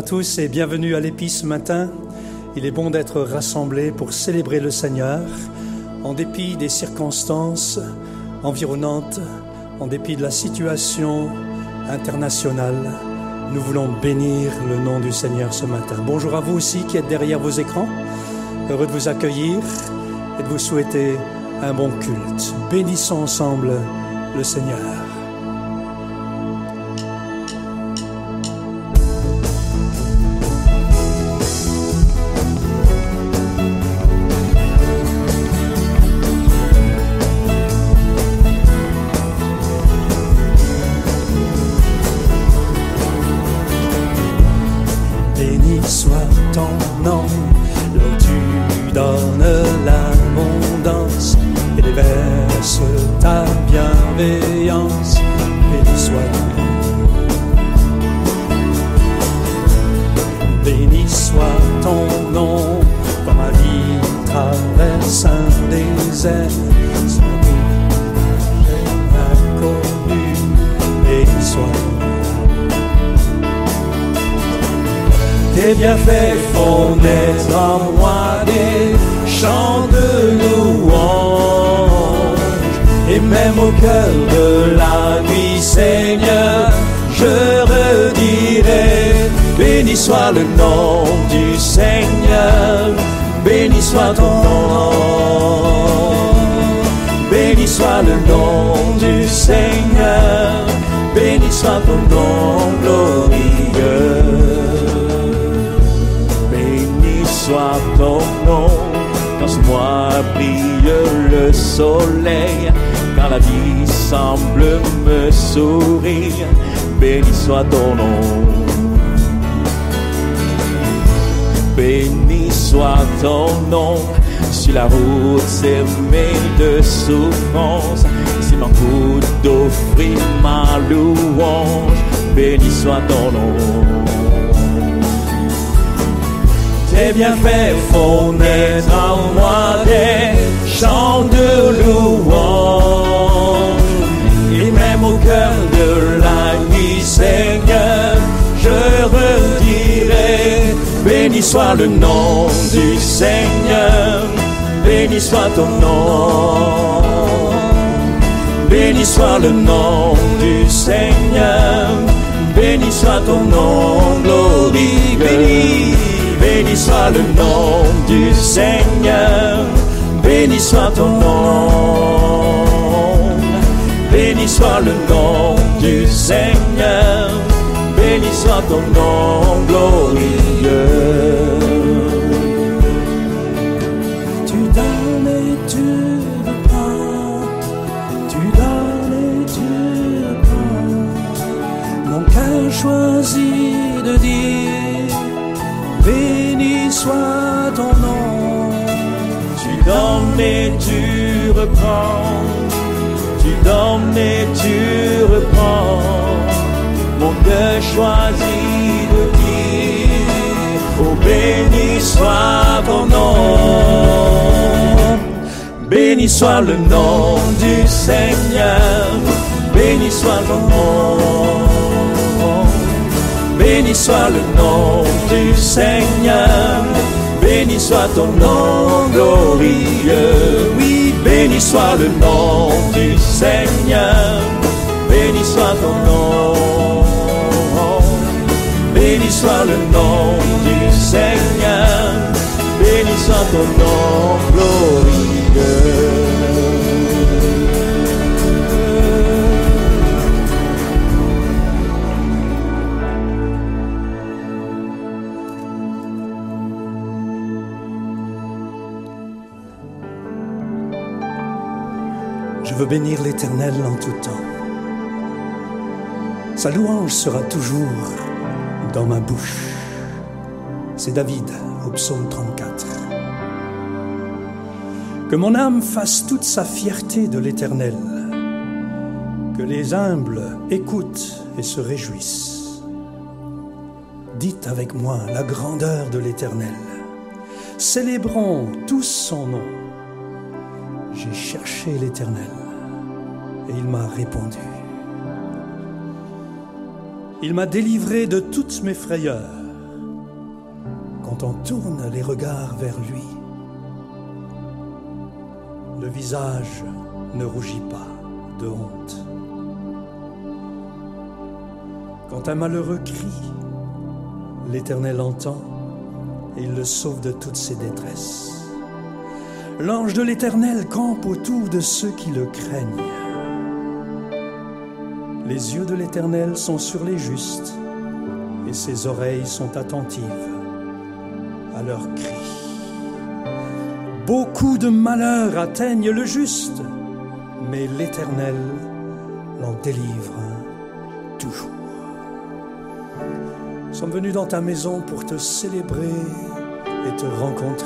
à tous et bienvenue à l'Épice ce matin. Il est bon d'être rassemblés pour célébrer le Seigneur en dépit des circonstances environnantes, en dépit de la situation internationale. Nous voulons bénir le nom du Seigneur ce matin. Bonjour à vous aussi qui êtes derrière vos écrans. Heureux de vous accueillir et de vous souhaiter un bon culte. Bénissons ensemble le Seigneur. Tes bienfaits font naître en moi des chants de louange. Et même au cœur de la nuit, Seigneur, je redirai: béni soit le nom du Seigneur, béni soit ton nom. Béni soit le nom du Seigneur, béni soit ton nom glorieux. Soit ton nom, quand sur moi brille le soleil, quand la vie semble me sourire, béni soit ton nom. Béni soit ton nom, sur la route semée de souffrance, c'est mon coup d'offrir ma louange, béni soit ton nom. Tes bienfaits font naître en moi des chants de louange. Et même au cœur de la nuit, Seigneur, je redirai: béni soit le nom du Seigneur, béni soit ton nom. Béni soit le nom du Seigneur, béni soit ton nom glorieux. Béni soit le nom du Seigneur, béni soit ton nom. Béni soit le nom du Seigneur, béni soit ton nom glorieux. Tu donnes et tu reprends, tu donnes et tu reprends. Mon cœur choisit de dire: béni soit ton nom. Tu donnes et tu reprends, tu donnes et tu reprends. Mon cœur choisit de dire: oh, béni soit ton nom. Béni soit le nom du Seigneur, béni soit ton nom. Béni soit le nom du Seigneur, béni soit ton nom glorieux. Oui, béni soit le nom du Seigneur, béni soit ton nom. Béni soit le nom du Seigneur, béni soit ton nom glorieux. Je veux bénir l'Éternel en tout temps. Sa louange sera toujours dans ma bouche. C'est David au psaume 34. Que mon âme fasse toute sa fierté de l'Éternel. Que les humbles écoutent et se réjouissent. Dites avec moi la grandeur de l'Éternel. Célébrons tous son nom. J'ai cherché l'Éternel et il m'a répondu. Il m'a délivré de toutes mes frayeurs. quand on tourne les regards vers lui, le visage ne rougit pas de honte. Quand un malheureux crie, l'Éternel entend et il le sauve de toutes ses détresses. L'ange de l'Éternel campe autour de ceux qui le craignent. Les yeux de l'Éternel sont sur les justes et ses oreilles sont attentives à leurs cris. Beaucoup de malheurs atteignent le juste, mais l'Éternel l'en délivre toujours. Nous sommes venus dans ta maison pour te célébrer et te rencontrer.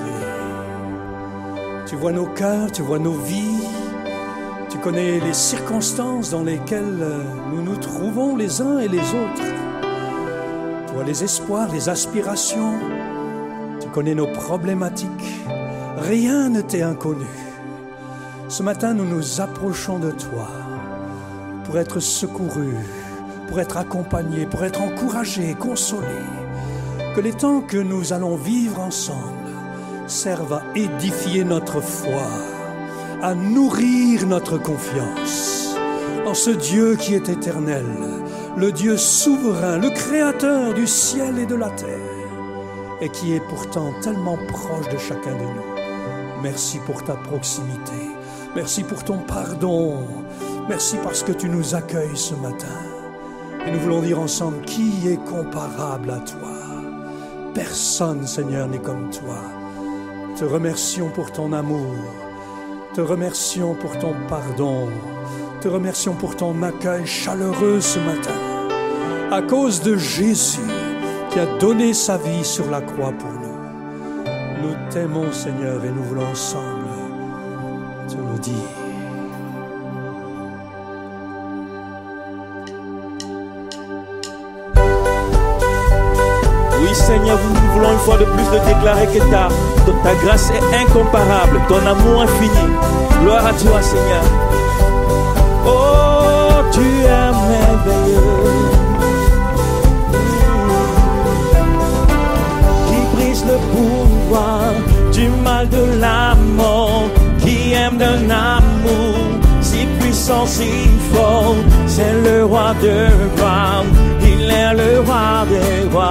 Tu vois nos cœurs, tu vois nos vies, tu connais les circonstances dans lesquelles nous nous trouvons les uns et les autres. Tu vois les espoirs, les aspirations, tu connais nos problématiques. Rien ne t'est inconnu. Ce matin, nous nous approchons de toi pour être secourus, pour être accompagnés, pour être encouragés, consolés. Que les temps que nous allons vivre ensemble servent à édifier notre foi, à nourrir notre confiance en ce Dieu qui est éternel, le Dieu souverain, le créateur du ciel et de la terre, et qui est pourtant tellement proche de chacun de nous. Merci pour ta proximité, merci pour ton pardon, merci parce que tu nous accueilles ce matin. Et nous voulons dire ensemble, qui est comparable à toi? Personne, Seigneur, n'est comme toi. Te remercions pour ton amour, te remercions pour ton pardon, te remercions pour ton accueil chaleureux ce matin. À cause de Jésus qui a donné sa vie sur la croix pour nous. Nous t'aimons, Seigneur, et nous voulons ensemble te le dire. Oui, Seigneur, nous voulons une fois de plus te déclarer que ta grâce est incomparable, ton amour infini. Gloire à toi, Seigneur. Oh, tu es merveilleux. Qui brise le pouvoir du mal de la mort, qui aime d'un amour si puissant, si fort. C'est le roi de gloire, il est le roi des rois.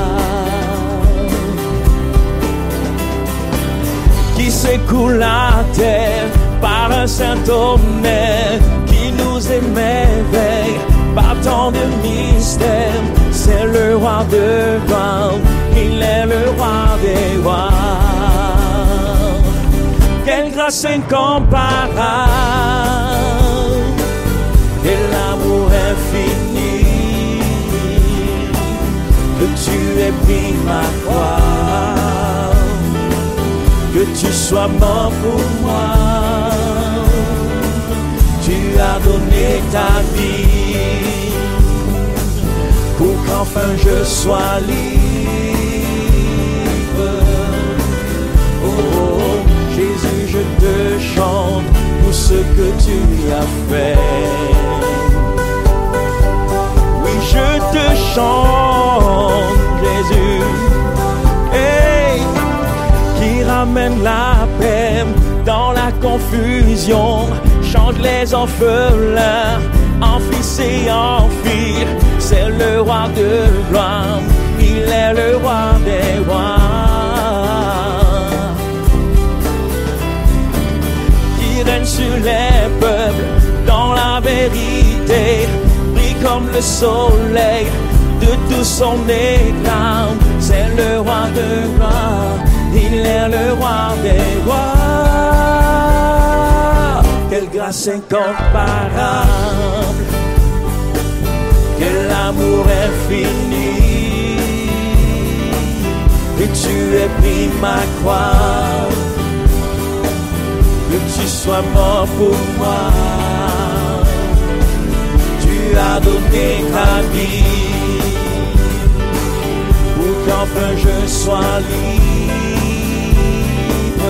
Qui secoue la terre par un saint tonnerre, qui nous émerveille par tant de mystères. C'est le roi de gloire, il est le roi des rois. Quelle grâce incomparable, quel amour infini, que tu aies pris ma croix, que tu sois mort pour moi. Tu as donné ta vie pour qu'enfin je sois libre. Oh Jésus, je te chante pour ce que tu as fait. Oui, je te chante, Jésus, hey, qui ramène la paix dans la confusion, change les orphelins en fils et en filles. C'est le roi de gloire, il est le roi des rois. Qui règne sur les peuples dans la vérité, brille comme le soleil de tout son éclat. C'est le roi de gloire, il est le roi des rois. Quelle grâce incomparable, quel amour infini, que tu aies pris ma croix, que tu sois mort pour moi. Tu as donné ta vie pour qu'enfin je sois libre.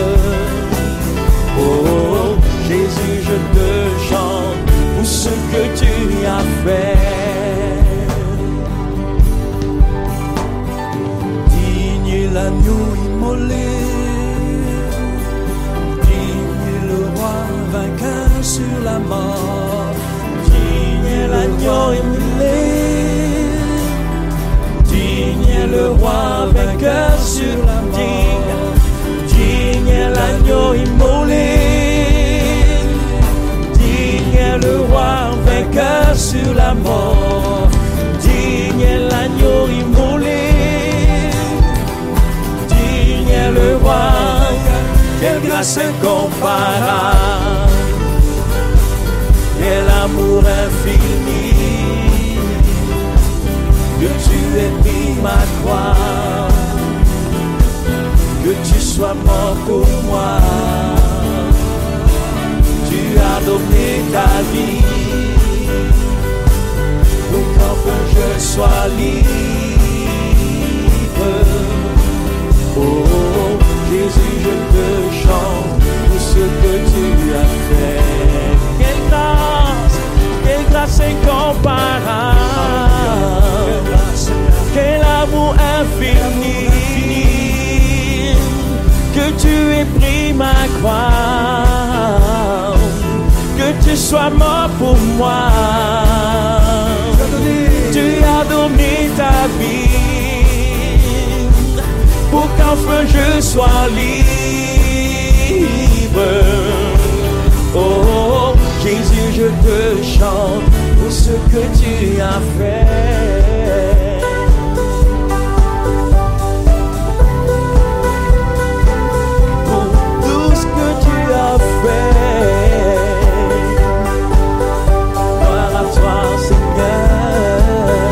Oh Jésus, je te chante pour ce que tu as fait. Digne la l'agneau immolé, digne est le roi vainqueur sur la mort, digne est l'agneau immolé, digne est le roi vainqueur sur la mort, digne est l'agneau immolé, digne est le roi vainqueur sur la mort, digne est l'agneau immolé, digne est le roi. Quelle grâce incomparable, quel amour infini, que tu aies pris ma croix, que tu sois mort pour moi, tu as donné ta vie, pour qu'enfin je sois libre. Oh Jésus, je te chante pour ce que tu as fait. Quelle grâce incomparable, quel amour infini, que tu aies pris ma croix, que tu sois mort pour moi, tu as donné ta vie, pour qu'enfin je sois libre. Oh Jésus, je te chante pour ce que tu as fait. Pour tout ce que tu as fait. Gloire à toi, Seigneur.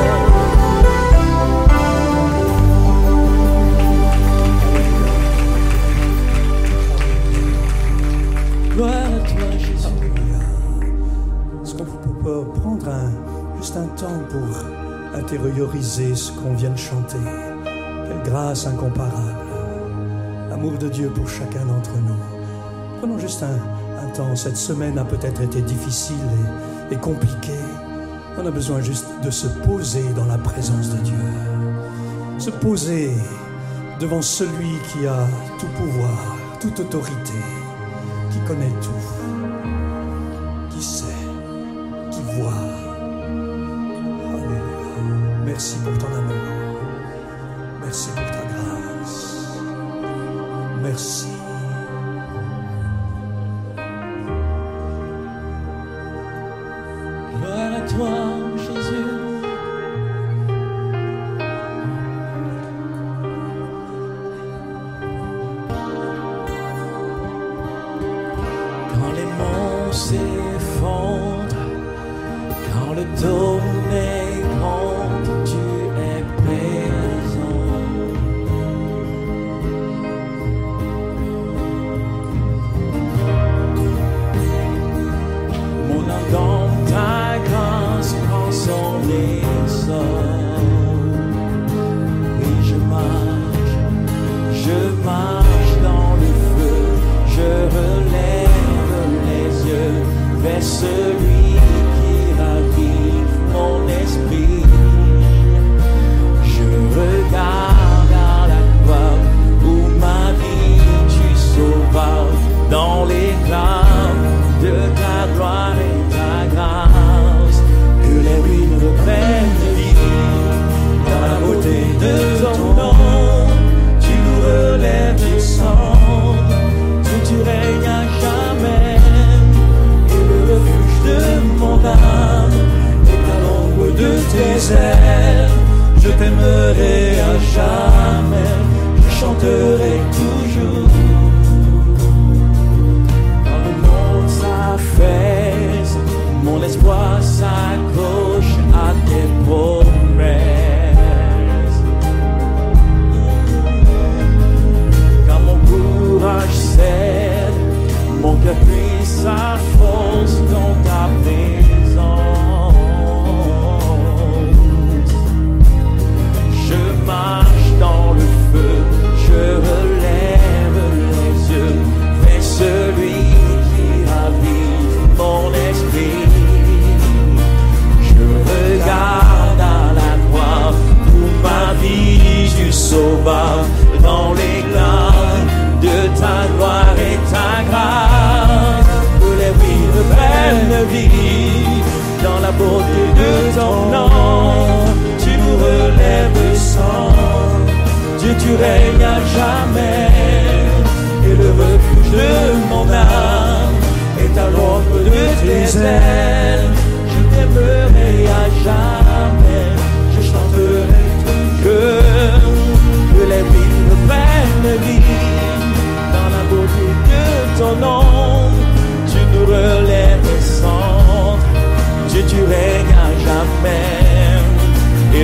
Gloire à toi, Jésus. Est-ce qu'on peut prendre juste un temps pour intérioriser ce qu'on vient de chanter? Quelle grâce incomparable, l'amour de Dieu pour chacun d'entre nous. Prenons juste un temps. Cette semaine a peut-être été difficile et compliquée. On a besoin juste de se poser dans la présence de Dieu. Se poser devant celui qui a tout pouvoir, toute autorité, qui connaît tout, qui sait, qui voit. Alléluia. Merci pour ton amour. Merci pour ta grâce. Merci. Gloire à toi, Jésus. Quand les monts s'effondrent, quand le dôme est grand, tu es présent. Mon âme dans ta grâce prend son essor. Oui, je marche dans le feu, je relève les yeux vers celui qui ravive mon esprit. Je regarde à la croix où ma vie tu sauvas, dans l'éclat de ta gloire et ta grâce, que les ruines reprennent vie. Dans la beauté de ton nom, tu nous relèves du sang, tu règnes à jamais, et le refuge de mon âme est à l'ombre de tes ailes. Je t'aimerai à jamais, je chanterai toujours. Quand le monde s'affaisse, mon espoir s'accroche à tes promesses. Quand mon courage cède, mon cœur puise sa force dans ta présence. Je marche dans le feu, je relève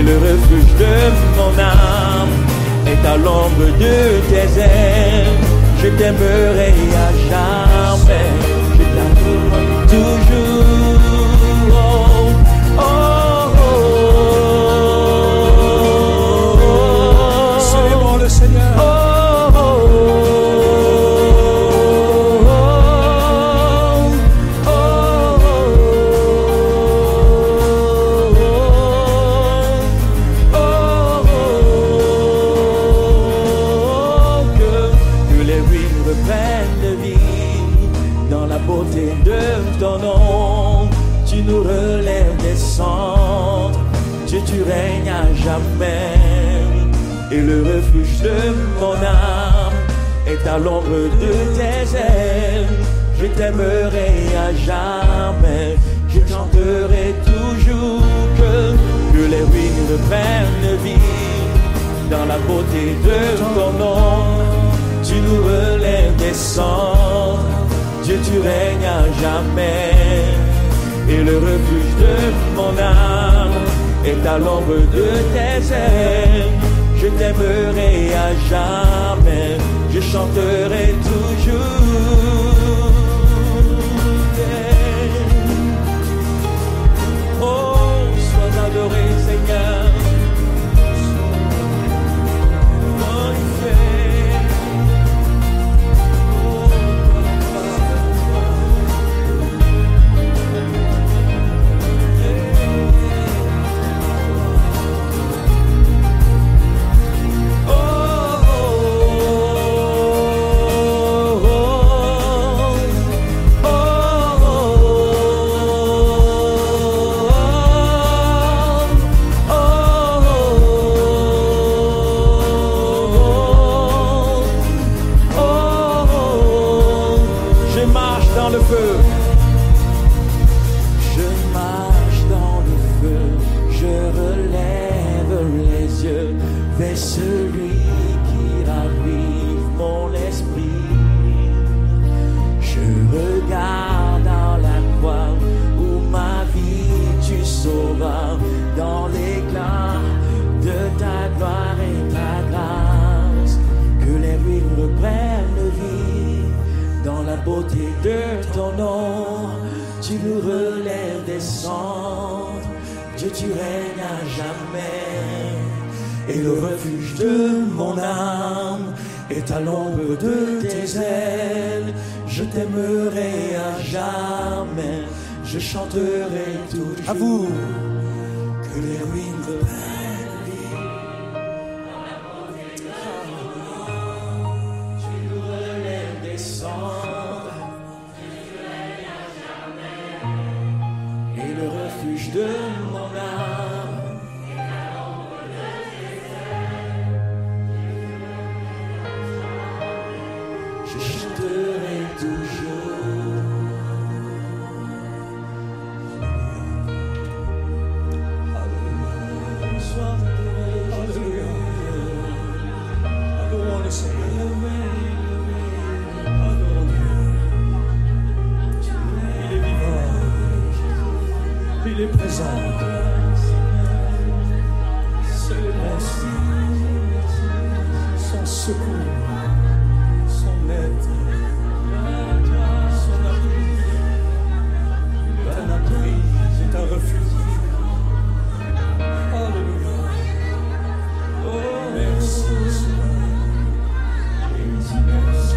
le refuge de mon âme est à l'ombre de tes ailes. Je t'aimerai à jamais, je t'aimerai toujours. Oh, oh, oh. Célébrons le Seigneur. Tu règnes à jamais, et le refuge de mon âme est à l'ombre de tes ailes. Je t'aimerai à jamais, je chanterai toujours que les ruines reprennent vie dans la beauté de ton nom. Tu nous relèves des cendres, Dieu tu règnes à jamais, et le refuge de mon âme est à l'ombre de tes ailes. Je t'aimerai à jamais, je chanterai toujours. Oh, sois adoré Seigneur. Et le refuge de mon âme est à l'ombre de tes ailes. Je t'aimerai à jamais, je chanterai toujours. À vous, que les ruines reprennent vie. Tu nous relèves des cendres, et le refuge de mon âme. Je chanterai toujours. Alléluia. Sois adoré, adorons le Seigneur. Adorons Dieu. Il est vivant. Il est présent. Célébrons son secours. C'est un refuge. Alléluia. Oh, merci. Merci.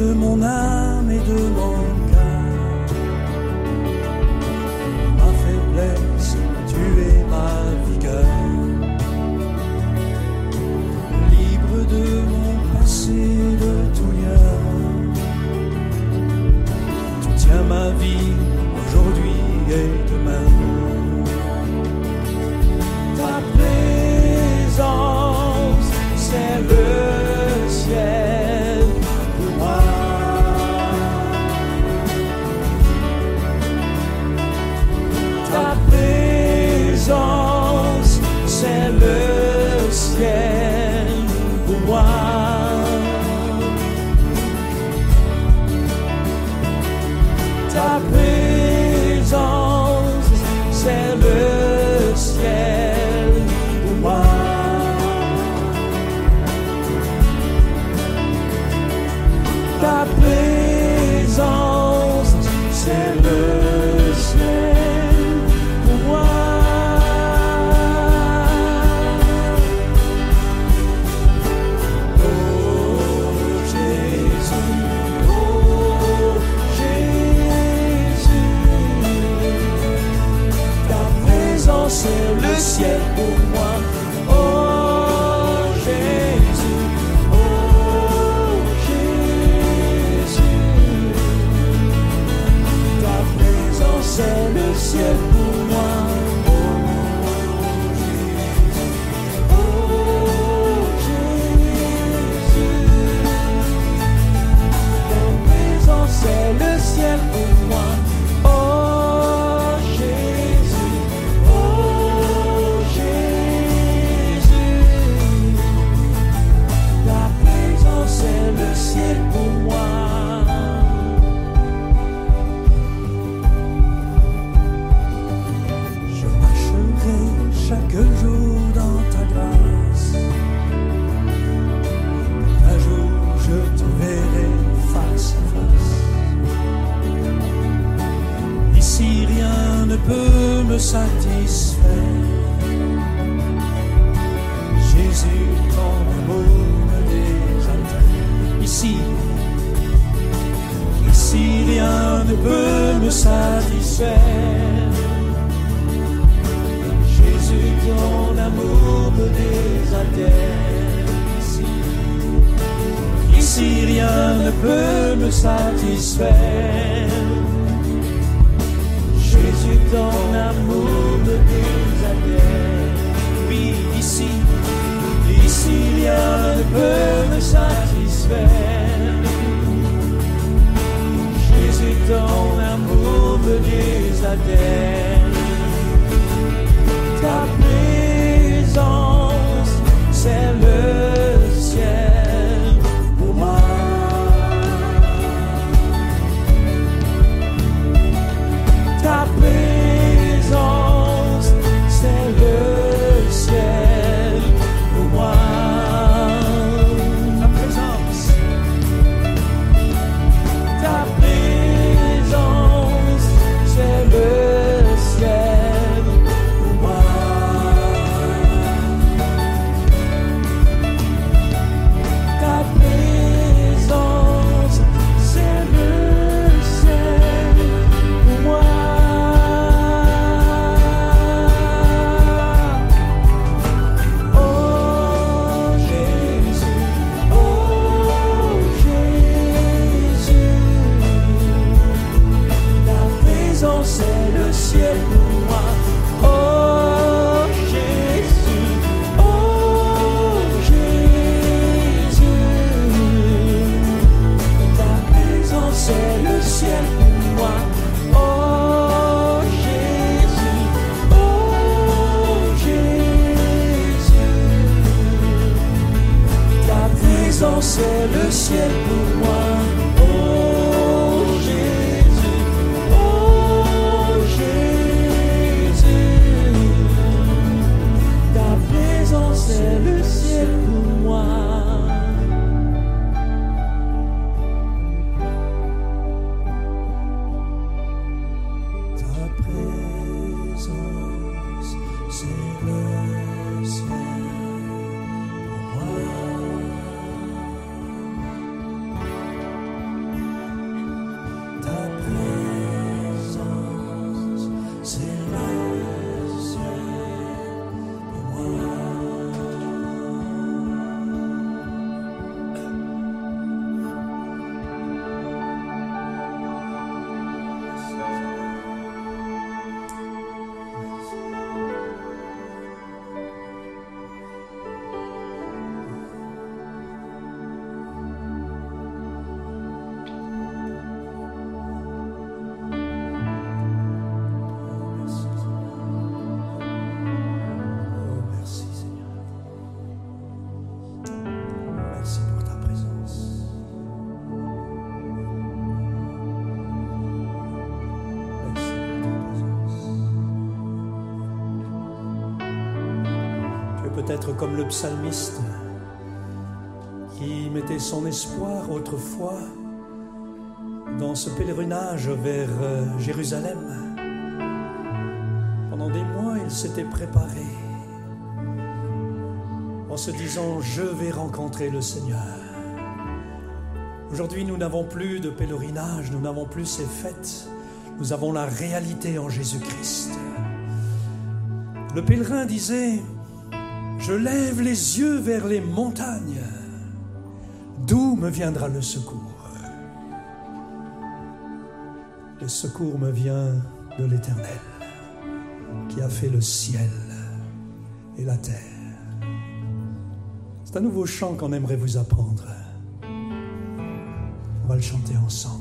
de mon âme et de mon cœur. Ma faiblesse, tu es ma vigueur. Libre de mon passé, de tout lien. Tu tiens ma vie aujourd'hui et demain. Ta présence, c'est le ciel pour moi. Ta présence, c'est le ciel pour moi. Ta présence, c'est le ciel pour moi. Ta présence, c'est le ciel pour moi. Oh Jésus, ta présence, c'est le ciel pour moi. Oh Jésus, c'est le ciel pour moi. Oh Jésus, ta présence c'est le ciel pour moi. Oh Jésus, ta présence c'est le ciel pour moi. Chaque jour dans ta grâce, un jour je te verrai face à face. Ici rien ne peut me satisfaire. Jésus, ton amour me désaltère. Ici rien ne peut me satisfaire. Ton amour me désaltère. Ici rien ne peut me satisfaire. Jésus, ton amour me désaltère. Oui, ici rien ne peut me satisfaire. Jésus, ton amour me désaltère. Ta présence, c'est le ciel pour moi. Ta présence, c'est le ciel pour moi. Ta présence, c'est le ciel pour moi. c'est le ciel pour moi. Oh Jésus, ta présence c'est le ciel pour moi. Ta présence c'est le ciel pour moi. être comme le psalmiste qui mettait son espoir autrefois dans ce pèlerinage vers Jérusalem. Pendant des mois, il s'était préparé en se disant « Je vais rencontrer le Seigneur ». Aujourd'hui, nous n'avons plus de pèlerinage, nous n'avons plus ces fêtes. Nous avons la réalité en Jésus-Christ. Le pèlerin disait « Je lève les yeux vers les montagnes. D'où me viendra le secours ? Le secours me vient de l'Éternel, qui a fait le ciel et la terre. » C'est un nouveau chant qu'on aimerait vous apprendre. On va le chanter ensemble.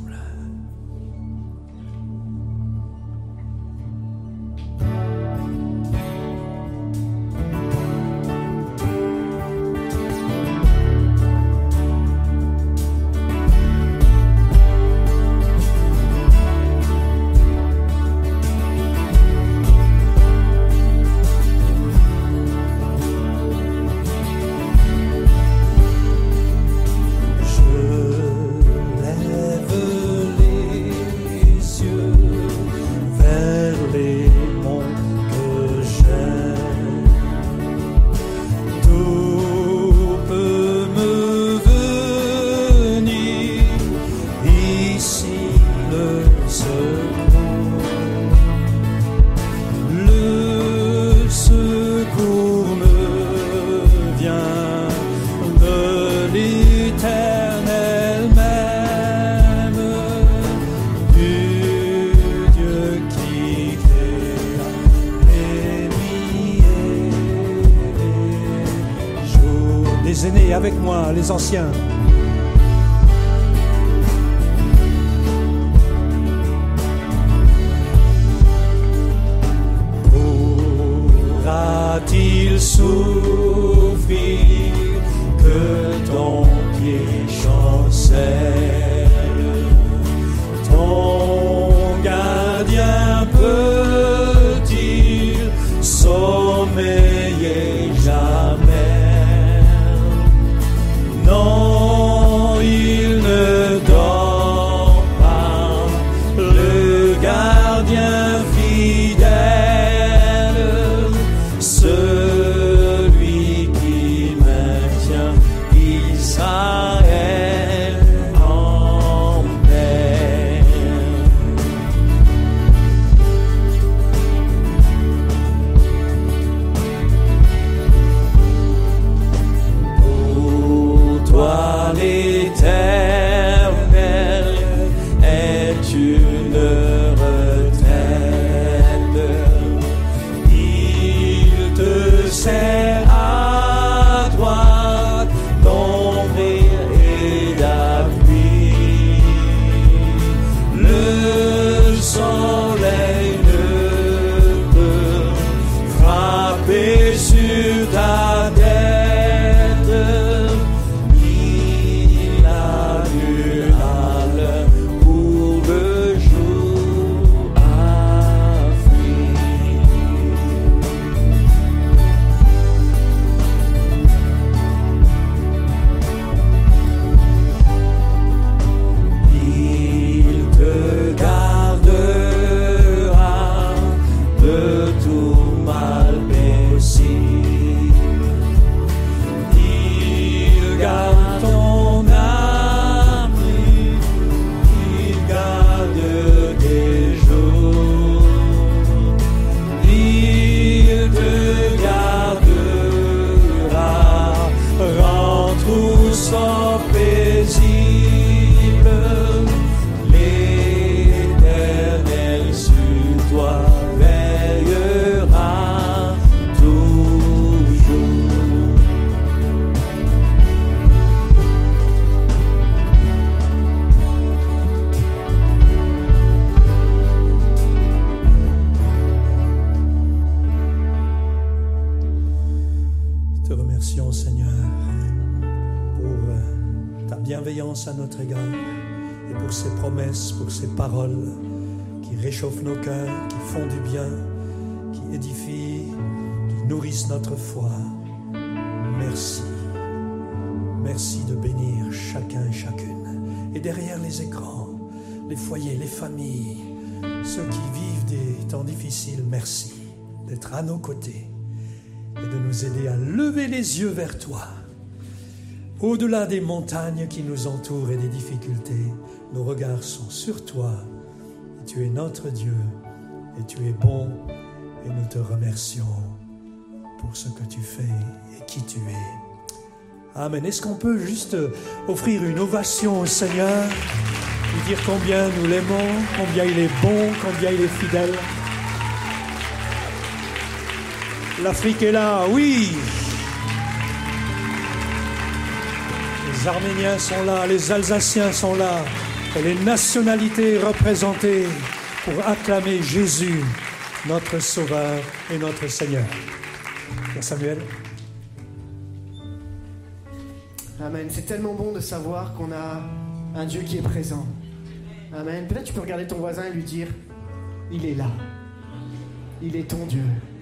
Les aînés avec moi, les anciens. Pourra-t-il souffrir que ton pied chancelle? Ton gardien peut-il sommeiller jamais? Non, il ne dort pas, le gardien fidèle, celui qui maintient Israël en paix. Toi l'Éternel est une retraite, il te sert à droite d'ombre et d'appui. Le soleil ne peut frapper sur ta tête. À notre égard et pour ces promesses, pour ces paroles qui réchauffent nos cœurs, qui font du bien, qui édifient, qui nourrissent notre foi. merci. Merci de bénir chacun et chacune. Et derrière les écrans, les foyers, les familles, ceux qui vivent des temps difficiles, merci d'être à nos côtés et de nous aider à lever les yeux vers toi. Au-delà des montagnes qui nous entourent et des difficultés, nos regards sont sur toi. Et tu es notre Dieu et tu es bon et nous te remercions pour ce que tu fais et qui tu es. Amen. Est-ce qu'on peut juste offrir une ovation au Seigneur, lui dire combien nous l'aimons, combien il est bon, combien il est fidèle? L'Afrique est là, oui. Les Arméniens sont là, les Alsaciens sont là, et les nationalités représentées pour acclamer Jésus, notre Sauveur et notre Seigneur. Pierre Samuel. Amen. C'est tellement bon de savoir qu'on a un Dieu qui est présent. Amen. Peut-être tu peux regarder ton voisin et lui dire, il est là. Il est ton Dieu.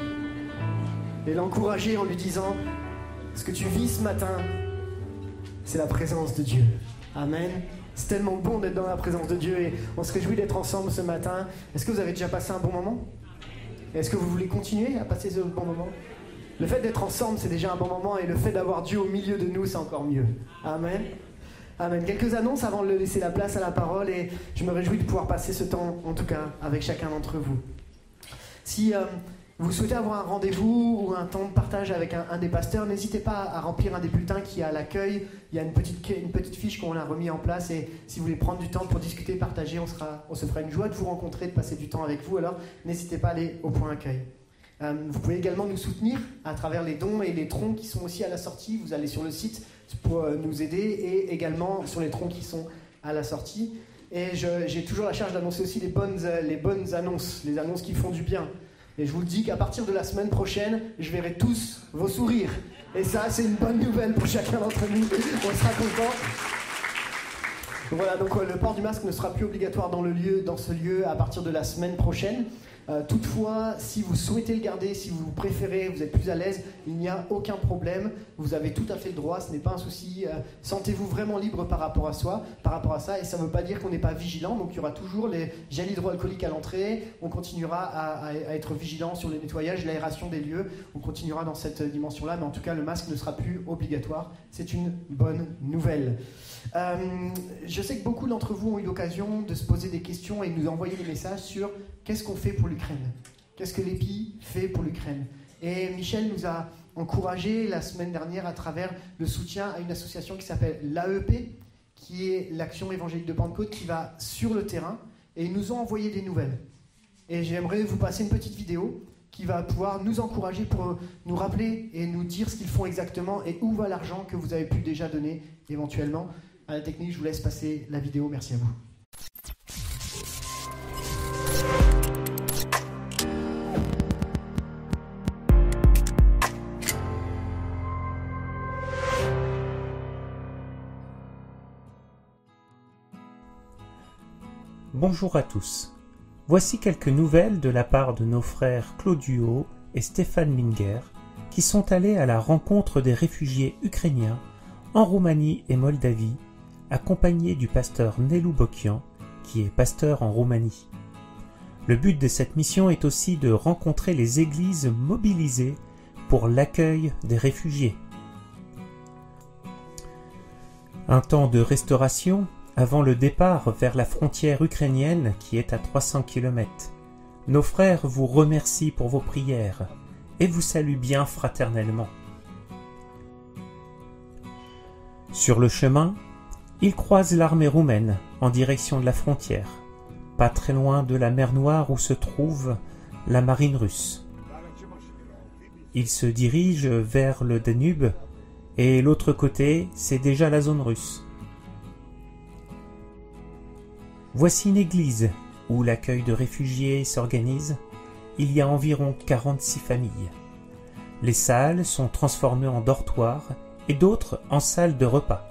Et l'encourager en lui disant, ce que tu vis ce matin, c'est la présence de Dieu. Amen. C'est tellement bon d'être dans la présence de Dieu et on se réjouit d'être ensemble ce matin. Est-ce que vous avez déjà passé un bon moment? Est-ce que vous voulez continuer à passer ce bon moment? Le fait d'être ensemble, c'est déjà un bon moment et le fait d'avoir Dieu au milieu de nous, c'est encore mieux. Amen. Amen. Quelques annonces avant de laisser la place à la parole et je me réjouis de pouvoir passer ce temps, en tout cas, avec chacun d'entre vous. Si vous souhaitez avoir un rendez-vous ou un temps de partage avec un des pasteurs, n'hésitez pas à remplir un des bulletins qui est à l'accueil. Il y a une petite fiche qu'on a remis en place et si vous voulez prendre du temps pour discuter, partager, on se fera une joie de vous rencontrer, de passer du temps avec vous. Alors n'hésitez pas à aller au point accueil. Vous pouvez également nous soutenir à travers les dons et les troncs qui sont aussi à la sortie. Vous allez sur le site pour nous aider et également sur les troncs qui sont à la sortie. Et j'ai toujours la charge d'annoncer aussi les bonnes annonces, les annonces qui font du bien. Et je vous le dis qu'à partir de la semaine prochaine, je verrai tous vos sourires. Et ça, c'est une bonne nouvelle pour chacun d'entre nous. On sera contents. Voilà, donc le port du masque ne sera plus obligatoire dans ce lieu à partir de la semaine prochaine. Toutefois, si vous souhaitez le garder, si vous préférez, vous êtes plus à l'aise, il n'y a aucun problème. Vous avez tout à fait le droit, ce n'est pas un souci. Sentez-vous vraiment libre par rapport à ça. Et ça ne veut pas dire qu'on n'est pas vigilant. Donc il y aura toujours les gels hydroalcooliques à l'entrée. On continuera à être vigilant sur le nettoyage, l'aération des lieux. On continuera dans cette dimension-là. Mais en tout cas, le masque ne sera plus obligatoire. C'est une bonne nouvelle. Je sais que beaucoup d'entre vous ont eu l'occasion de se poser des questions et de nous envoyer des messages sur qu'est-ce qu'on fait pour l'Ukraine, qu'est-ce que l'EPI fait pour l'Ukraine. Et Michel nous a encouragés la semaine dernière à travers le soutien à une association qui s'appelle l'AEP, qui est l'Action évangélique de Pentecôte, qui va sur le terrain et ils nous ont envoyé des nouvelles. Et j'aimerais vous passer une petite vidéo qui va pouvoir nous encourager pour nous rappeler et nous dire ce qu'ils font exactement et où va l'argent que vous avez pu déjà donner éventuellement. À la technique, je vous laisse passer la vidéo. Merci à vous. Bonjour à tous. Voici quelques nouvelles de la part de nos frères Claudio et Stéphane Linger qui sont allés à la rencontre des réfugiés ukrainiens en Roumanie et Moldavie, accompagnés du pasteur Nelu Bokian, qui est pasteur en Roumanie. Le but de cette mission est aussi de rencontrer les églises mobilisées pour l'accueil des réfugiés. Un temps de restauration avant le départ vers la frontière ukrainienne qui est à 300 km. Nos frères vous remercient pour vos prières et vous saluent bien fraternellement. Sur le chemin, ils croisent l'armée roumaine en direction de la frontière, pas très loin de la mer Noire où se trouve la marine russe. Ils se dirigent vers le Danube et l'autre côté, c'est déjà la zone russe. Voici une église où l'accueil de réfugiés s'organise. Il y a environ 46 familles. Les salles sont transformées en dortoirs et d'autres en salles de repas.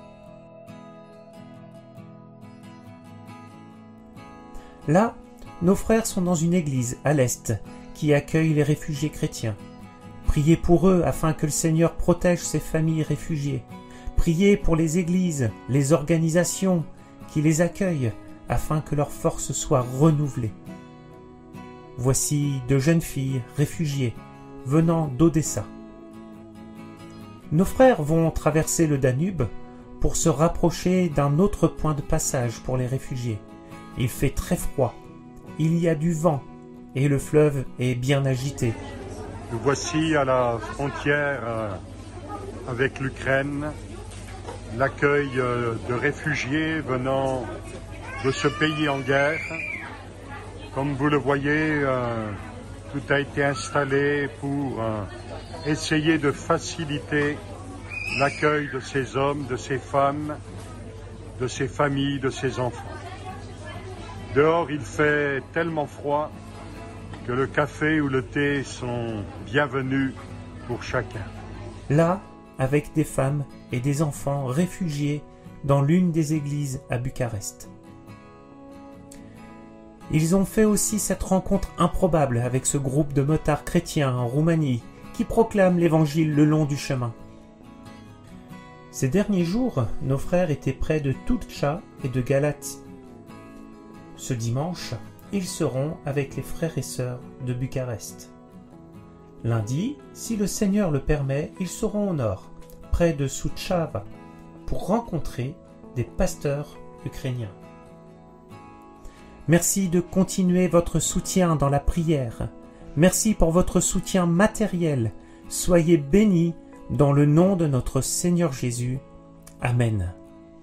Là, nos frères sont dans une église à l'est qui accueille les réfugiés chrétiens. Priez pour eux afin que le Seigneur protège ces familles réfugiées. Priez pour les églises, les organisations qui les accueillent afin que leurs forces soient renouvelées. Voici de jeunes filles réfugiées venant d'Odessa. Nos frères vont traverser le Danube pour se rapprocher d'un autre point de passage pour les réfugiés. Il fait très froid, il y a du vent et le fleuve est bien agité. Nous voici à la frontière avec l'Ukraine, l'accueil de réfugiés venant de ce pays en guerre. Comme vous le voyez, tout a été installé pour essayer de faciliter l'accueil de ces hommes, de ces femmes, de ces familles, de ces enfants. Dehors, il fait tellement froid que le café ou le thé sont bienvenus pour chacun. Là, avec des femmes et des enfants réfugiés dans l'une des églises à Bucarest. Ils ont fait aussi cette rencontre improbable avec ce groupe de motards chrétiens en Roumanie qui proclament l'évangile le long du chemin. Ces derniers jours, nos frères étaient près de Tudcha et de Galatie. Ce dimanche, ils seront avec les frères et sœurs de Bucarest. Lundi, si le Seigneur le permet, ils seront au nord, près de Suceava, pour rencontrer des pasteurs ukrainiens. Merci de continuer votre soutien dans la prière. Merci pour votre soutien matériel. Soyez bénis dans le nom de notre Seigneur Jésus. Amen.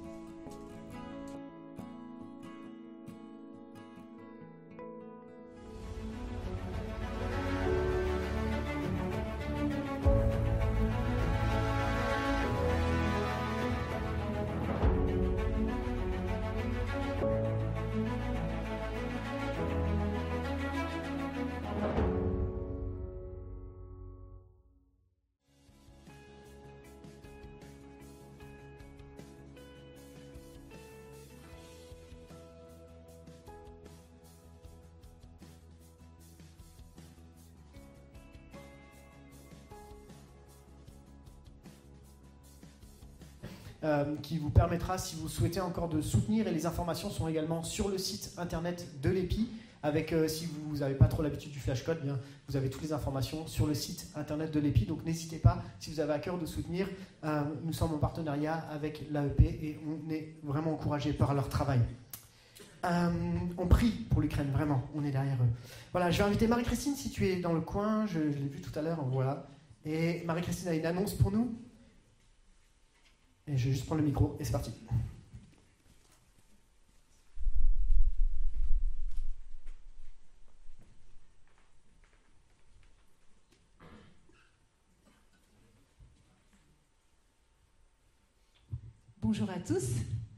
Qui vous permettra, si vous souhaitez encore, de soutenir. Et les informations sont également sur le site internet de l'EPI. Avec, si vous n'avez pas trop l'habitude du flashcode, bien, vous avez toutes les informations sur le site internet de l'EPI. Donc n'hésitez pas, si vous avez à cœur de soutenir. Nous sommes en partenariat avec l'AEP et on est vraiment encouragés par leur travail. On prie pour l'Ukraine, vraiment, on est derrière eux. Voilà, je vais inviter Marie-Christine, si tu es dans le coin, je l'ai vu tout à l'heure, voilà. Et Marie-Christine a une annonce pour nous. Et je vais juste prendre le micro et c'est parti. Bonjour à tous.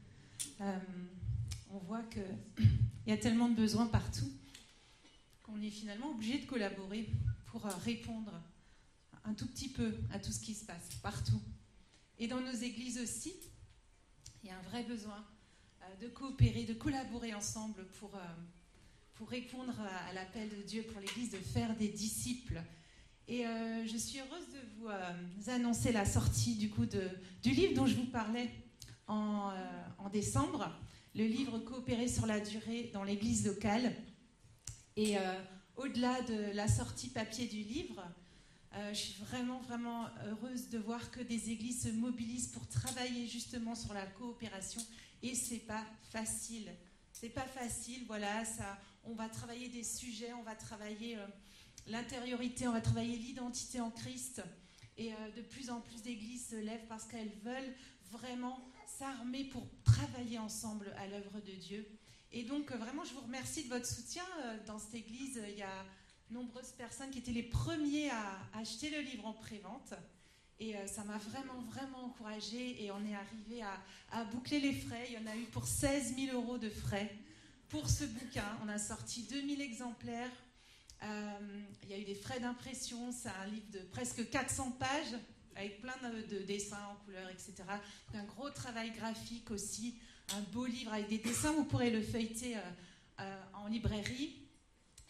On voit qu'il y a tellement de besoins partout qu'on est finalement obligé de collaborer pour répondre un tout petit peu à tout ce qui se passe partout. Et dans nos églises aussi, il y a un vrai besoin de coopérer, de collaborer ensemble pour répondre à l'appel de Dieu pour l'Église de faire des disciples. Et je suis heureuse de vous annoncer la sortie du livre dont je vous parlais en décembre, le livre Coopérer sur la durée dans l'Église locale. Et au-delà de la sortie papier du livre, je suis vraiment heureuse de voir que des églises se mobilisent pour travailler justement sur la coopération et c'est pas facile. C'est pas facile, voilà, ça, on va travailler des sujets, on va travailler l'intériorité, on va travailler l'identité en Christ et de plus en plus d'églises se lèvent parce qu'elles veulent vraiment s'armer pour travailler ensemble à l'œuvre de Dieu. Et donc vraiment je vous remercie de votre soutien dans cette église. Il y a nombreuses personnes qui étaient les premiers à acheter le livre en pré-vente et ça m'a vraiment encouragée et on est arrivé à boucler les frais. Il y en a eu pour 16 000 € de frais pour ce bouquin. On a sorti 2000 exemplaires. Il y a eu des frais d'impression. C'est un livre de presque 400 pages avec plein de dessins en couleur, etc. Donc un gros travail graphique aussi, un beau livre avec des dessins. Vous pourrez le feuilleter en librairie.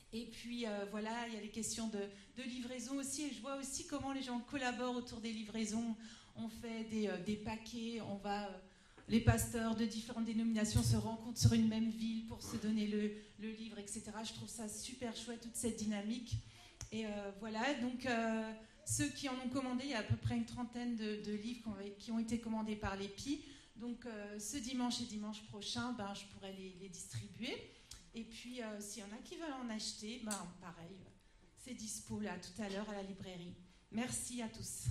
Et puis voilà, il y a les questions de livraison aussi. Et je vois aussi comment les gens collaborent autour des livraisons. On fait des paquets, les pasteurs de différentes dénominations se rencontrent sur une même ville pour se donner le livre, etc. Je trouve ça super chouette, toute cette dynamique. Et voilà, donc ceux qui en ont commandé, il y a à peu près une trentaine de livres qui ont été commandés par l'EPI. Donc ce dimanche et dimanche prochain, je pourrai les distribuer. Et puis s'il y en a qui veulent en acheter, pareil, c'est dispo là tout à l'heure à la librairie. Merci à tous.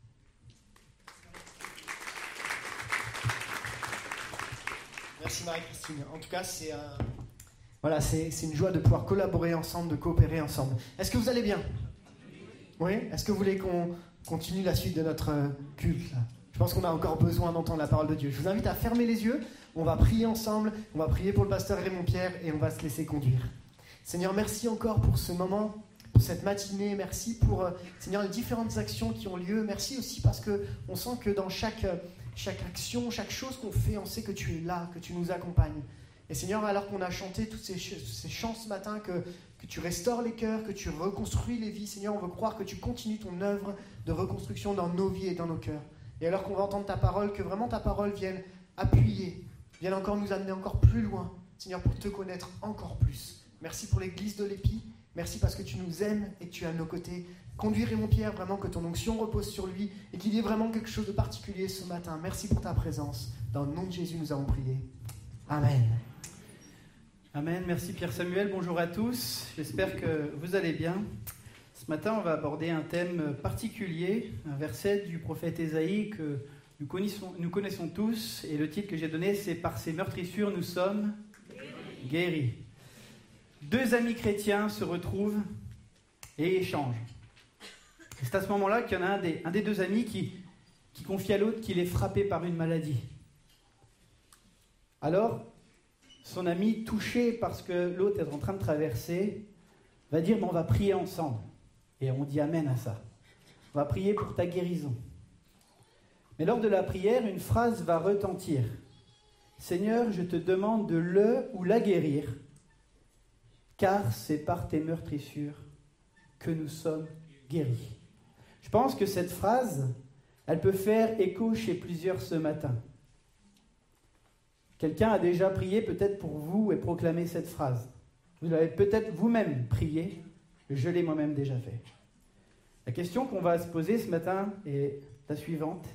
Merci Marie-Christine. En tout cas, c'est une joie de pouvoir collaborer ensemble, de coopérer ensemble. Est-ce que vous allez bien ? Oui ? Est-ce que vous voulez qu'on continue la suite de notre culte là ? Je pense qu'on a encore besoin d'entendre la parole de Dieu. Je vous invite à fermer les yeux. On va prier ensemble. On va prier pour le pasteur Raymond Pierre et on va se laisser conduire. Seigneur, merci encore pour ce moment, pour cette matinée. Merci pour, Seigneur, les différentes actions qui ont lieu. Merci aussi parce qu'on sent que dans chaque action, chaque chose qu'on fait, on sait que tu es là, que tu nous accompagnes. Et Seigneur, alors qu'on a chanté tous ces chants ce matin, que tu restaures les cœurs, que tu reconstruis les vies, Seigneur, on veut croire que tu continues ton œuvre de reconstruction dans nos vies et dans nos cœurs. Et alors qu'on va entendre ta parole, que vraiment ta parole vienne appuyer, vienne encore nous amener encore plus loin, Seigneur, pour te connaître encore plus. Merci pour l'église de l'Épi, merci parce que tu nous aimes et que tu es à nos côtés. Conduis Raymond Pierre, vraiment que ton onction repose sur lui et qu'il y ait vraiment quelque chose de particulier ce matin. Merci pour ta présence. Dans le nom de Jésus, nous avons prié. Amen. Amen. Merci Pierre Samuel. Bonjour à tous. J'espère que vous allez bien. Ce matin, on va aborder un thème particulier, un verset du prophète Ésaïe que nous connaissons tous. Et le titre que j'ai donné, c'est « Par ces meurtrissures, nous sommes guéris ». Deux amis chrétiens se retrouvent et échangent. Et c'est à ce moment-là qu'il y en a un des deux amis qui confie à l'autre qu'il est frappé par une maladie. Alors, son ami, touché par ce que l'autre est en train de traverser, va dire on va prier ensemble. Et on dit amen à ça. On va prier pour ta guérison. Mais lors de la prière, une phrase va retentir. Seigneur, je te demande de le ou la guérir, car c'est par tes meurtrissures que nous sommes guéris. Je pense que cette phrase, elle peut faire écho chez plusieurs ce matin. Quelqu'un a déjà prié peut-être pour vous et proclamé cette phrase. Vous l'avez peut-être vous-même prié, je l'ai moi-même déjà fait. La question qu'on va se poser ce matin est la suivante.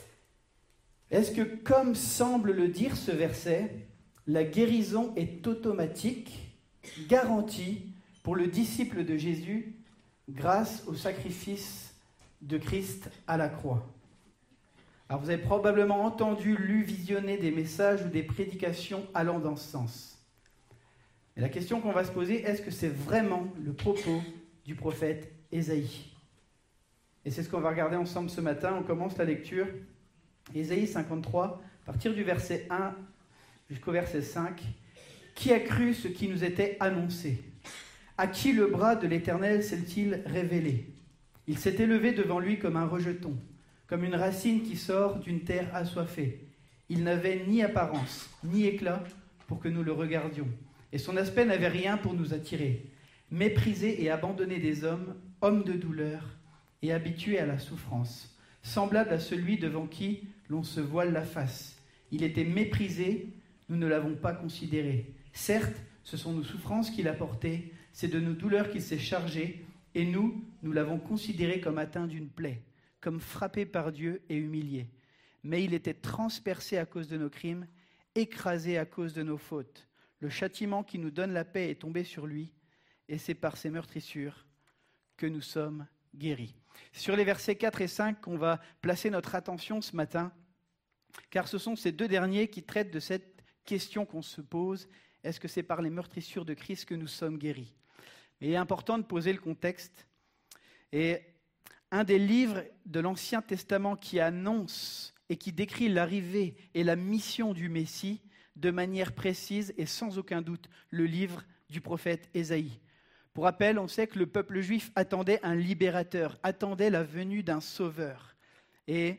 Est-ce que, comme semble le dire ce verset, la guérison est automatique, garantie pour le disciple de Jésus grâce au sacrifice de Christ à la croix? Alors vous avez probablement entendu, lu, visionné des messages ou des prédications allant dans ce sens. Et la question qu'on va se poser, est-ce que c'est vraiment le propos du prophète Ésaïe? Et c'est ce qu'on va regarder ensemble ce matin. On commence la lecture. Ésaïe 53, à partir du verset 1 jusqu'au verset 5. Qui a cru ce qui nous était annoncé? À qui le bras de l'Éternel s'est-il révélé? Il s'est élevé devant lui comme un rejeton, comme une racine qui sort d'une terre assoiffée. Il n'avait ni apparence, ni éclat pour que nous le regardions. Et son aspect n'avait rien pour nous attirer. Méprisé et abandonné des hommes, homme de douleur et habitué à la souffrance, semblable à celui devant qui l'on se voile la face. Il était méprisé, nous ne l'avons pas considéré. Certes, ce sont nos souffrances qu'il a portées, c'est de nos douleurs qu'il s'est chargé, et nous l'avons considéré comme atteint d'une plaie, comme frappé par Dieu et humilié. Mais il était transpercé à cause de nos crimes, écrasé à cause de nos fautes. Le châtiment qui nous donne la paix est tombé sur lui, et c'est par ses meurtrissures que nous sommes guéris. C'est sur les versets 4 et 5 qu'on va placer notre attention ce matin, car ce sont ces deux derniers qui traitent de cette question qu'on se pose. Est-ce que c'est par les meurtrissures de Christ que nous sommes guéris? Mais il est important de poser le contexte. Et un des livres de l'Ancien Testament qui annonce et qui décrit l'arrivée et la mission du Messie de manière précise et sans aucun doute, le livre du prophète Ésaïe. Pour rappel, on sait que le peuple juif attendait un libérateur, attendait la venue d'un sauveur. Et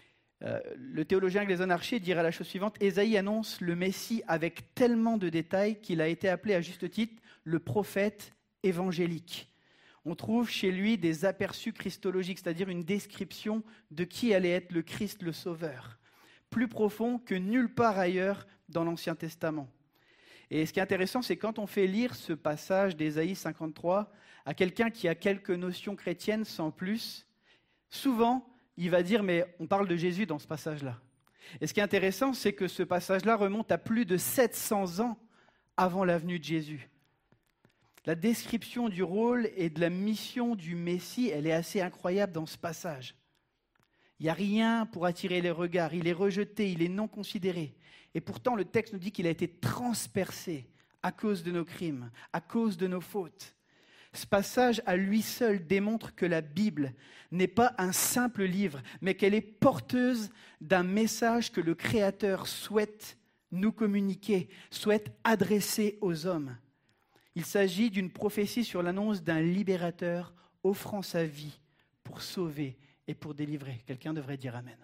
le théologien Gleason Archer dira la chose suivante: Ésaïe annonce le Messie avec tellement de détails qu'il a été appelé à juste titre le prophète évangélique. On trouve chez lui des aperçus christologiques, c'est-à-dire une description de qui allait être le Christ, le Sauveur, plus profond que nulle part ailleurs dans l'Ancien Testament. Et ce qui est intéressant, c'est quand on fait lire ce passage d'Ésaïe 53 à quelqu'un qui a quelques notions chrétiennes sans plus, souvent, il va dire « mais on parle de Jésus dans ce passage-là ». Et ce qui est intéressant, c'est que ce passage-là remonte à plus de 700 ans avant la venue de Jésus. La description du rôle et de la mission du Messie, elle est assez incroyable dans ce passage. Il n'y a rien pour attirer les regards, il est rejeté, il est non considéré. Et pourtant, le texte nous dit qu'il a été transpercé à cause de nos crimes, à cause de nos fautes. Ce passage, à lui seul, démontre que la Bible n'est pas un simple livre, mais qu'elle est porteuse d'un message que le Créateur souhaite nous communiquer, souhaite adresser aux hommes. Il s'agit d'une prophétie sur l'annonce d'un libérateur offrant sa vie pour sauver et pour délivrer. Quelqu'un devrait dire Amen.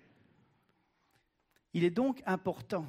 Il est donc important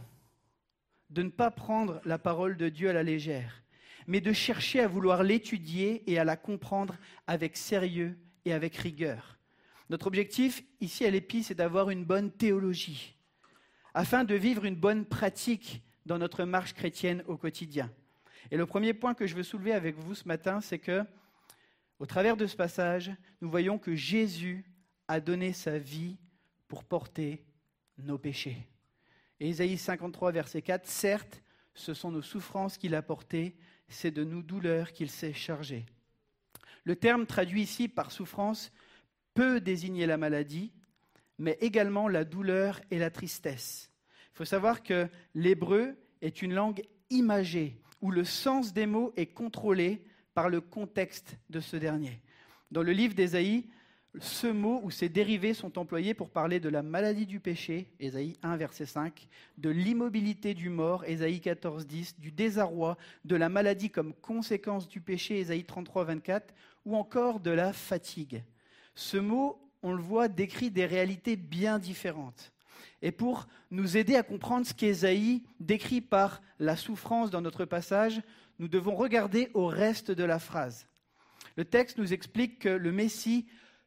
de ne pas prendre la parole de Dieu à la légère, mais de chercher à vouloir l'étudier et à la comprendre avec sérieux et avec rigueur. Notre objectif ici à l'Épi, c'est d'avoir une bonne théologie, afin de vivre une bonne pratique dans notre marche chrétienne au quotidien. Et le premier point que je veux soulever avec vous ce matin, c'est que, au travers de ce passage, nous voyons que Jésus a donné sa vie pour porter nos péchés. Et Ésaïe 53, verset 4, « Certes, ce sont nos souffrances qu'il a portées, c'est de nos douleurs qu'il s'est chargé. » Le terme traduit ici par souffrance peut désigner la maladie, mais également la douleur et la tristesse. Il faut savoir que l'hébreu est une langue imagée, où le sens des mots est contrôlé par le contexte de ce dernier. Dans le livre d'Ésaïe, ce mot ou ces dérivés sont employés pour parler de la maladie du péché, Ésaïe 1, verset 5, de l'immobilité du mort, Ésaïe 14, 10, du désarroi, de la maladie comme conséquence du péché, Ésaïe 33, 24, ou encore de la fatigue. Ce mot, on le voit, décrit des réalités bien différentes. Et pour nous aider à comprendre ce qu'Ésaïe décrit par la souffrance dans notre passage, nous devons regarder au reste de la phrase. Le texte nous explique que le Messie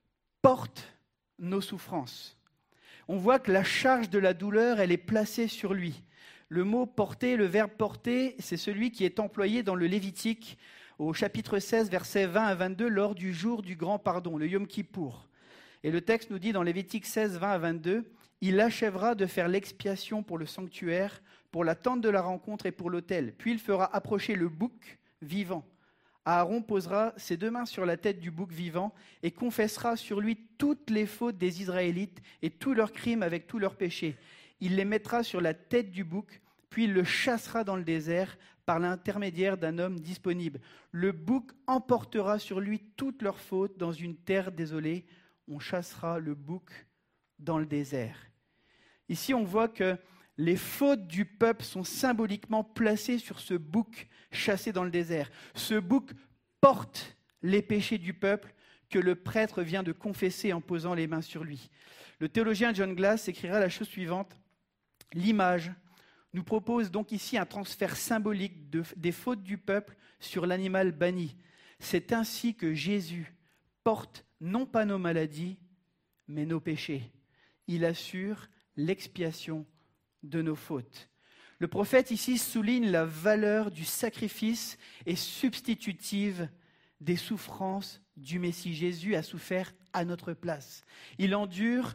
porte nos souffrances. On voit que la charge de la douleur, elle est placée sur lui. Le mot « porter », le verbe « porter », c'est celui qui est employé dans le Lévitique au chapitre 16, versets 20 à 22, lors du jour du grand pardon, le Yom Kippour. Et le texte nous dit dans Lévitique 16, 20 à 22, « Il achèvera de faire l'expiation pour le sanctuaire, pour la tente de la rencontre et pour l'autel. Puis il fera approcher le bouc vivant. Aaron posera ses 2 mains sur la tête du bouc vivant et confessera sur lui toutes les fautes des Israélites et tous leurs crimes avec tous leurs péchés. Il les mettra sur la tête du bouc, puis il le chassera dans le désert par l'intermédiaire d'un homme disponible. Le bouc emportera sur lui toutes leurs fautes dans une terre désolée. On chassera le bouc dans le désert. » Ici, on voit que les fautes du peuple sont symboliquement placées sur ce bouc chassé dans le désert. Ce bouc porte les péchés du peuple que le prêtre vient de confesser en posant les mains sur lui. Le théologien John Glass écrira la chose suivante. « L'image nous propose donc ici un transfert symbolique des fautes du peuple sur l'animal banni. C'est ainsi que Jésus porte non pas nos maladies, mais nos péchés. Il assure l'expiation de nos fautes. » Le prophète ici souligne la valeur du sacrifice et substitutive des souffrances du Messie. Jésus a souffert à notre place. Il endure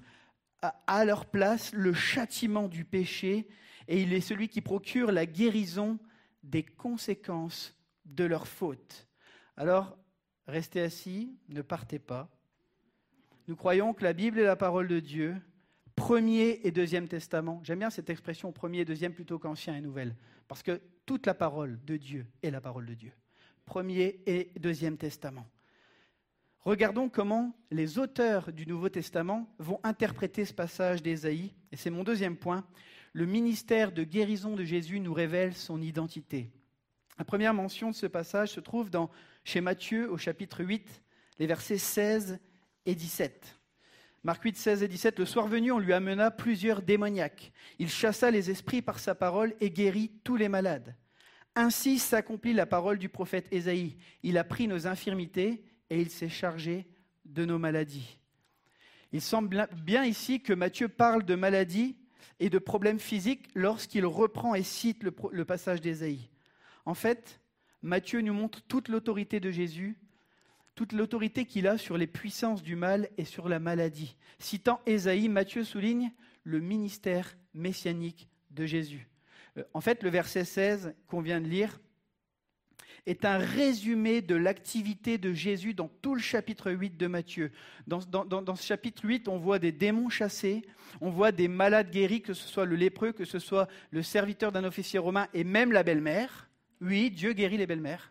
à leur place le châtiment du péché et il est celui qui procure la guérison des conséquences de leurs fautes. Alors, restez assis, ne partez pas. Nous croyons que la Bible est la parole de Dieu, Premier et Deuxième Testament. J'aime bien cette expression Premier et Deuxième plutôt qu'Ancien et Nouvelle, parce que toute la parole de Dieu est la parole de Dieu. Premier et Deuxième Testament. Regardons comment les auteurs du Nouveau Testament vont interpréter ce passage d'Ésaïe. Et c'est mon deuxième point. Le ministère de guérison de Jésus nous révèle son identité. La première mention de ce passage se trouve chez Matthieu au chapitre 8, les versets 16 et 17. Marc 8, 16 et 17, « Le soir venu, on lui amena plusieurs démoniaques. Il chassa les esprits par sa parole et guérit tous les malades. Ainsi s'accomplit la parole du prophète Ésaïe. Il a pris nos infirmités et il s'est chargé de nos maladies. Il semble bien ici que Matthieu parle de maladies et de problèmes physiques lorsqu'il reprend et cite le passage d'Ésaïe. En fait, Matthieu nous montre toute l'autorité de Jésus, toute l'autorité qu'il a sur les puissances du mal et sur la maladie. Citant Ésaïe, Matthieu souligne le ministère messianique de Jésus. En fait, le verset 16 qu'on vient de lire est un résumé de l'activité de Jésus dans tout le chapitre 8 de Matthieu. Dans ce chapitre 8, on voit des démons chassés, on voit des malades guéris, que ce soit le lépreux, que ce soit le serviteur d'un officier romain et même la belle-mère. Oui, Dieu guérit les belles-mères.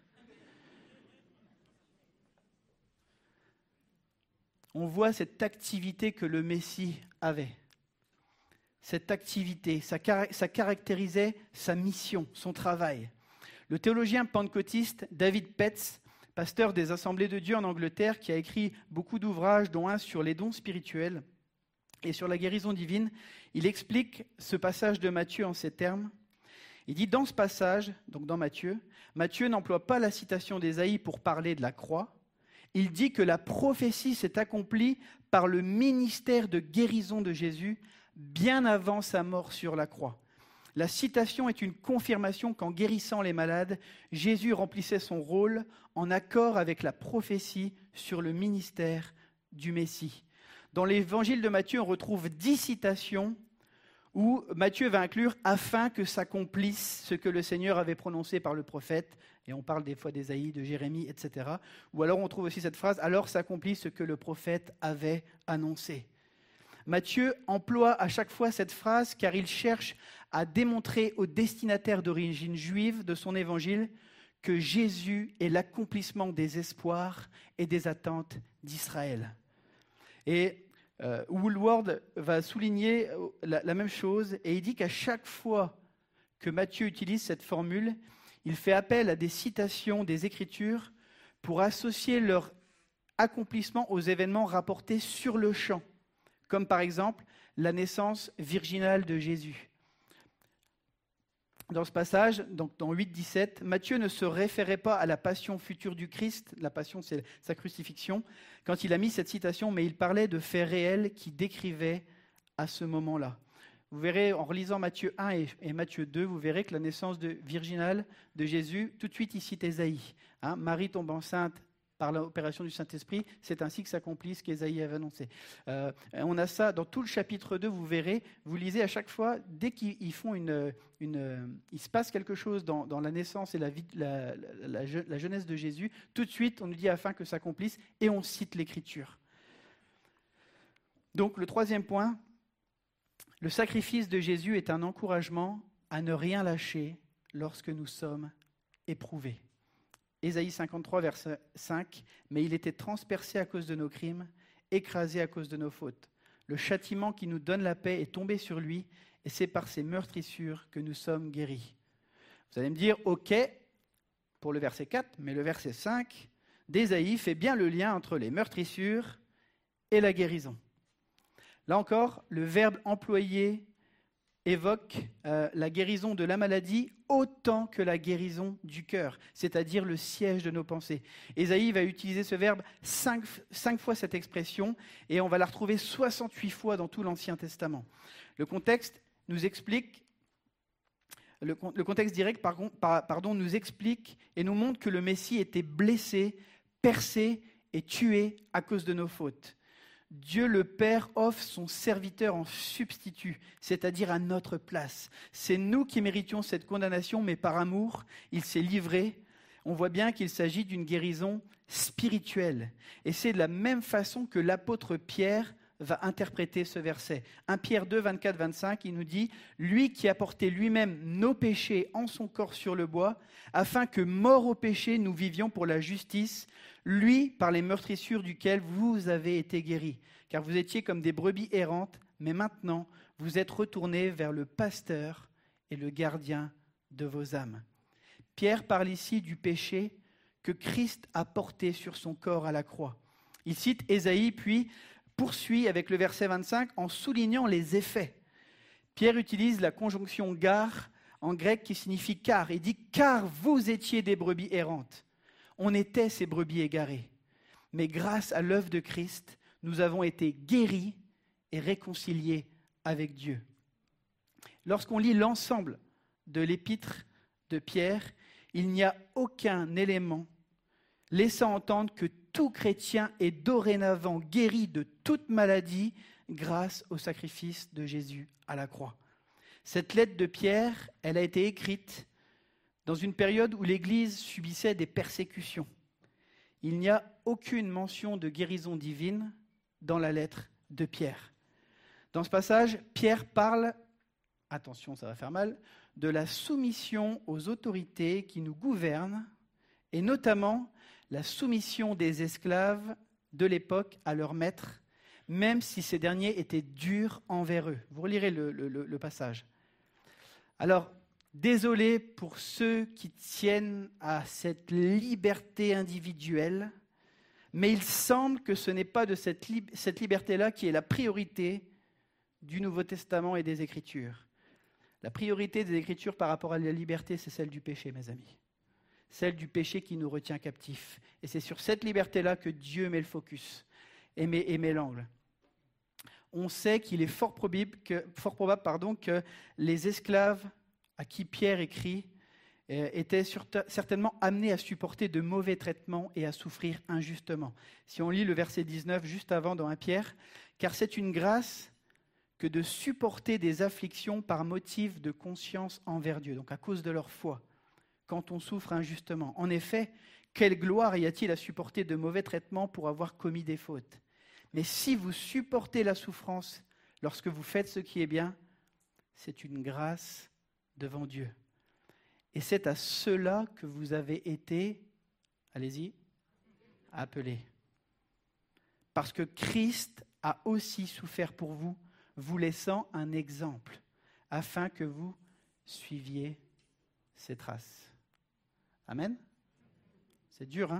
On voit cette activité que le Messie avait. Cette activité, ça caractérisait sa mission, son travail. Le théologien pentecôtiste David Petts, pasteur des Assemblées de Dieu en Angleterre, qui a écrit beaucoup d'ouvrages, dont un sur les dons spirituels et sur la guérison divine, il explique ce passage de Matthieu en ces termes. Il dit, dans ce passage, donc dans Matthieu, Matthieu n'emploie pas la citation d'Ésaïe pour parler de la croix. Il dit que la prophétie s'est accomplie par le ministère de guérison de Jésus bien avant sa mort sur la croix. La citation est une confirmation qu'en guérissant les malades, Jésus remplissait son rôle en accord avec la prophétie sur le ministère du Messie. Dans l'évangile de Matthieu, on retrouve 10 citations où Matthieu va inclure « afin que s'accomplisse ce que le Seigneur avait prononcé par le prophète ». Et on parle des fois d'Ésaïe, de Jérémie, etc. Ou alors on trouve aussi cette phrase « alors s'accomplit ce que le prophète avait annoncé ». Matthieu emploie à chaque fois cette phrase car il cherche à démontrer aux destinataires d'origine juive de son évangile que Jésus est l'accomplissement des espoirs et des attentes d'Israël. Et Woolward va souligner la même chose et il dit qu'à chaque fois que Matthieu utilise cette formule, il fait appel à des citations des Écritures pour associer leur accomplissement aux événements rapportés sur le champ, comme par exemple la naissance virginale de Jésus. Dans ce passage, donc dans 8-17, Matthieu ne se référait pas à la passion future du Christ, la passion c'est sa crucifixion, quand il a mis cette citation, mais il parlait de faits réels qui décrivaient à ce moment-là. Vous verrez, en relisant Matthieu 1 et Matthieu 2, vous verrez que la naissance virginale de Jésus, tout de suite il cite Ésaïe. Marie tombe enceinte par l'opération du Saint-Esprit, c'est ainsi que s'accomplit ce qu'Ésaïe avait annoncé. On a ça dans tout le chapitre 2, vous verrez, vous lisez à chaque fois, dès qu'ils font il se passe quelque chose dans la naissance et la jeunesse de Jésus, tout de suite on nous dit afin que s'accomplisse, et on cite l'Écriture. Donc le troisième point, le sacrifice de Jésus est un encouragement à ne rien lâcher lorsque nous sommes éprouvés. Ésaïe 53, verset 5, « Mais il était transpercé à cause de nos crimes, écrasé à cause de nos fautes. Le châtiment qui nous donne la paix est tombé sur lui, et c'est par ses meurtrissures que nous sommes guéris. » Vous allez me dire, ok, pour le verset 4, mais le verset 5 d'Ésaïe fait bien le lien entre les meurtrissures et la guérison. Là encore, le verbe employé évoque la guérison de la maladie autant que la guérison du cœur, c'est-à-dire le siège de nos pensées. Ésaïe va utiliser ce verbe 5 fois cette expression, et on va la retrouver 68 fois dans tout l'Ancien Testament. Le contexte nous explique, le contexte direct nous explique et nous montre que le Messie était blessé, percé et tué à cause de nos fautes. Dieu le Père offre son serviteur en substitut, c'est-à-dire à notre place. C'est nous qui méritions cette condamnation, mais par amour, il s'est livré. On voit bien qu'il s'agit d'une guérison spirituelle. Et c'est de la même façon que l'apôtre Pierre va interpréter ce verset. 1 Pierre 2, 24-25, il nous dit « Lui qui a porté lui-même nos péchés en son corps sur le bois, afin que, morts au péché, nous vivions pour la justice, lui, par les meurtrissures duquel vous avez été guéris. Car vous étiez comme des brebis errantes, mais maintenant, vous êtes retournés vers le pasteur et le gardien de vos âmes. » Pierre parle ici du péché que Christ a porté sur son corps à la croix. Il cite Ésaïe, puis poursuit avec le verset 25 en soulignant les effets. Pierre utilise la conjonction gar en grec qui signifie « car ». Il dit « car vous étiez des brebis errantes ». On était ces brebis égarées. Mais grâce à l'œuvre de Christ, nous avons été guéris et réconciliés avec Dieu. Lorsqu'on lit l'ensemble de l'épître de Pierre, il n'y a aucun élément laissant entendre que tout chrétien est dorénavant guéri de toute maladie grâce au sacrifice de Jésus à la croix. Cette lettre de Pierre, elle a été écrite dans une période où l'Église subissait des persécutions. Il n'y a aucune mention de guérison divine dans la lettre de Pierre. Dans ce passage, Pierre parle, attention, ça va faire mal, de la soumission aux autorités qui nous gouvernent, et notamment la soumission des esclaves de l'époque à leurs maîtres, même si ces derniers étaient durs envers eux. Vous relirez le passage. Alors, désolé pour ceux qui tiennent à cette liberté individuelle, mais il semble que ce n'est pas de cette liberté-là qui est la priorité du Nouveau Testament et des Écritures. La priorité des Écritures par rapport à la liberté, c'est celle du péché, mes amis. Celle du péché qui nous retient captifs. Et c'est sur cette liberté-là que Dieu met le focus et met l'angle. On sait qu'il est fort probable que les esclaves à qui Pierre écrit étaient certainement amenés à supporter de mauvais traitements et à souffrir injustement. Si on lit le verset 19 juste avant dans 1 Pierre, « Car c'est une grâce que de supporter des afflictions par motif de conscience envers Dieu. » Donc à cause de leur foi, quand on souffre injustement. En effet, quelle gloire y a-t-il à supporter de mauvais traitements pour avoir commis des fautes ? Mais si vous supportez la souffrance lorsque vous faites ce qui est bien, c'est une grâce devant Dieu. Et c'est à cela que vous avez été, allez-y, appelés. Parce que Christ a aussi souffert pour vous, vous laissant un exemple, afin que vous suiviez ses traces. Amen ? C'est dur, hein ?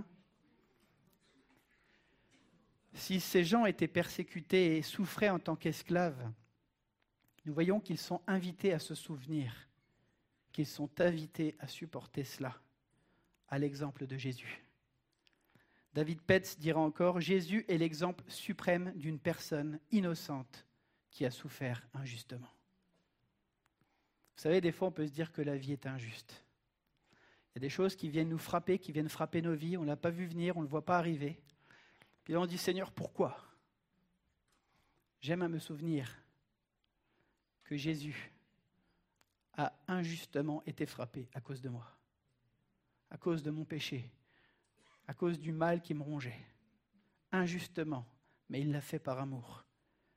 Si ces gens étaient persécutés et souffraient en tant qu'esclaves, nous voyons qu'ils sont invités à se souvenir, qu'ils sont invités à supporter cela, à l'exemple de Jésus. David Petz dira encore « Jésus est l'exemple suprême d'une personne innocente qui a souffert injustement. » Vous savez, des fois, on peut se dire que la vie est injuste. Il y a des choses qui viennent nous frapper, qui viennent frapper nos vies, on ne l'a pas vu venir, on ne le voit pas arriver. Puis là, on dit « Seigneur, pourquoi ?» J'aime à me souvenir que Jésus a injustement été frappé à cause de moi, à cause de mon péché, à cause du mal qui me rongeait. Injustement, mais il l'a fait par amour.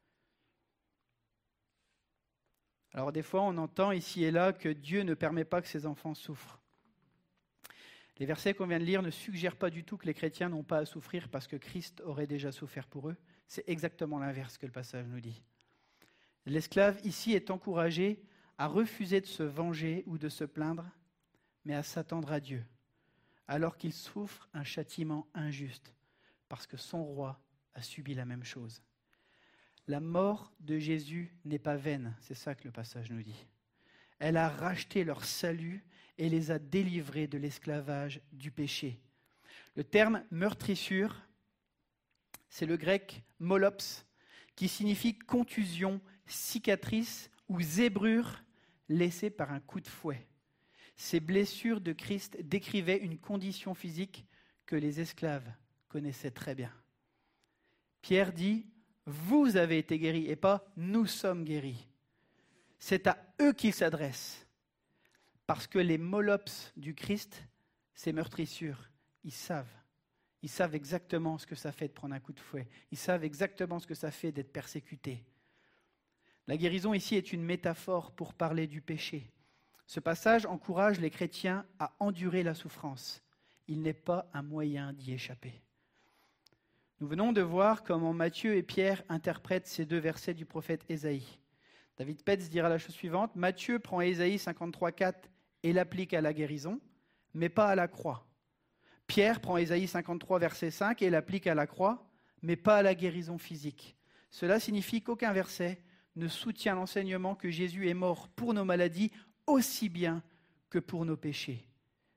Alors des fois, on entend ici et là que Dieu ne permet pas que ses enfants souffrent. Les versets qu'on vient de lire ne suggèrent pas du tout que les chrétiens n'ont pas à souffrir parce que Christ aurait déjà souffert pour eux. C'est exactement l'inverse que le passage nous dit. L'esclave ici est encouragé à refuser de se venger ou de se plaindre, mais à s'attendre à Dieu, alors qu'il souffre un châtiment injuste, parce que son roi a subi la même chose. La mort de Jésus n'est pas vaine, c'est ça que le passage nous dit. Elle a racheté leur salut et les a délivrés de l'esclavage du péché. Le terme meurtrissure, c'est le grec molops, qui signifie contusion, cicatrice ou zébrure laissée par un coup de fouet. Ces blessures de Christ décrivaient une condition physique que les esclaves connaissaient très bien. Pierre dit « Vous avez été guéris » et pas « Nous sommes guéris ». C'est à eux qu'il s'adresse. Parce que les molops du Christ, ces meurtrissures, ils savent. Ils savent exactement ce que ça fait de prendre un coup de fouet. Ils savent exactement ce que ça fait d'être persécuté. La guérison ici est une métaphore pour parler du péché. Ce passage encourage les chrétiens à endurer la souffrance. Il n'est pas un moyen d'y échapper. Nous venons de voir comment Matthieu et Pierre interprètent ces deux versets du prophète Ésaïe. David Petz dira la chose suivante, Matthieu prend Ésaïe 53,4 et l'applique à la guérison, mais pas à la croix. Pierre prend Ésaïe 53, verset 5 et l'applique à la croix, mais pas à la guérison physique. Cela signifie qu'aucun verset ne soutient l'enseignement que Jésus est mort pour nos maladies aussi bien que pour nos péchés.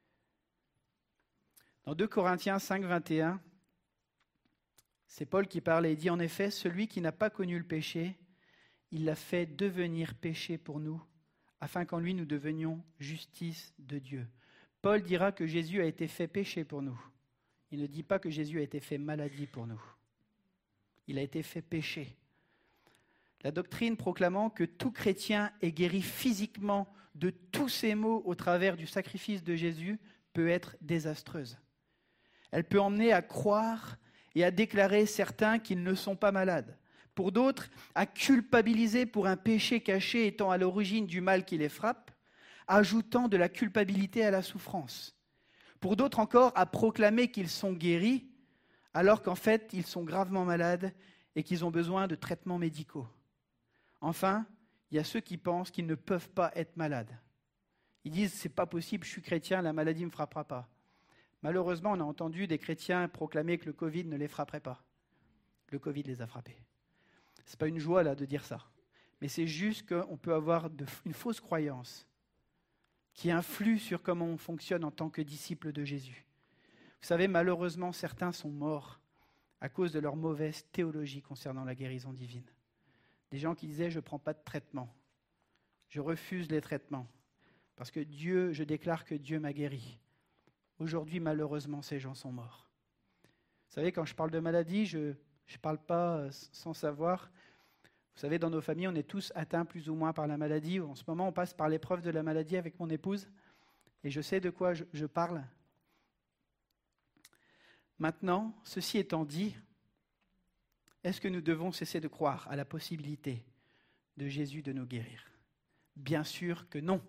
Dans 2 Corinthiens 5, 21, c'est Paul qui parle et il dit « En effet, celui qui n'a pas connu le péché, il l'a fait devenir péché pour nous, afin qu'en lui nous devenions justice de Dieu. » Paul dira que Jésus a été fait péché pour nous. Il ne dit pas que Jésus a été fait maladie pour nous. Il a été fait péché. La doctrine proclamant que tout chrétien est guéri physiquement de tous ses maux au travers du sacrifice de Jésus peut être désastreuse. Elle peut emmener à croire et à déclarer certains qu'ils ne sont pas malades. Pour d'autres, à culpabiliser pour un péché caché étant à l'origine du mal qui les frappe, ajoutant de la culpabilité à la souffrance. Pour d'autres encore, à proclamer qu'ils sont guéris, alors qu'en fait, ils sont gravement malades et qu'ils ont besoin de traitements médicaux. Enfin, il y a ceux qui pensent qu'ils ne peuvent pas être malades. Ils disent « c'est pas possible, je suis chrétien, la maladie ne me frappera pas ». Malheureusement, on a entendu des chrétiens proclamer que le Covid ne les frapperait pas. Le Covid les a frappés. Ce n'est pas une joie là de dire ça, mais c'est juste qu'on peut avoir une fausse croyance qui influe sur comment on fonctionne en tant que disciple de Jésus. Vous savez, malheureusement, certains sont morts à cause de leur mauvaise théologie concernant la guérison divine. Des gens qui disaient « je ne prends pas de traitement, je refuse les traitements, parce que je déclare que Dieu m'a guéri ». Aujourd'hui, malheureusement, ces gens sont morts. Vous savez, quand je parle de maladie, je ne parle pas sans savoir. Vous savez, dans nos familles, on est tous atteints plus ou moins par la maladie. En ce moment, on passe par l'épreuve de la maladie avec mon épouse. Et je sais de quoi je parle. Maintenant, ceci étant dit, est-ce que nous devons cesser de croire à la possibilité de Jésus de nous guérir ? Bien sûr que non.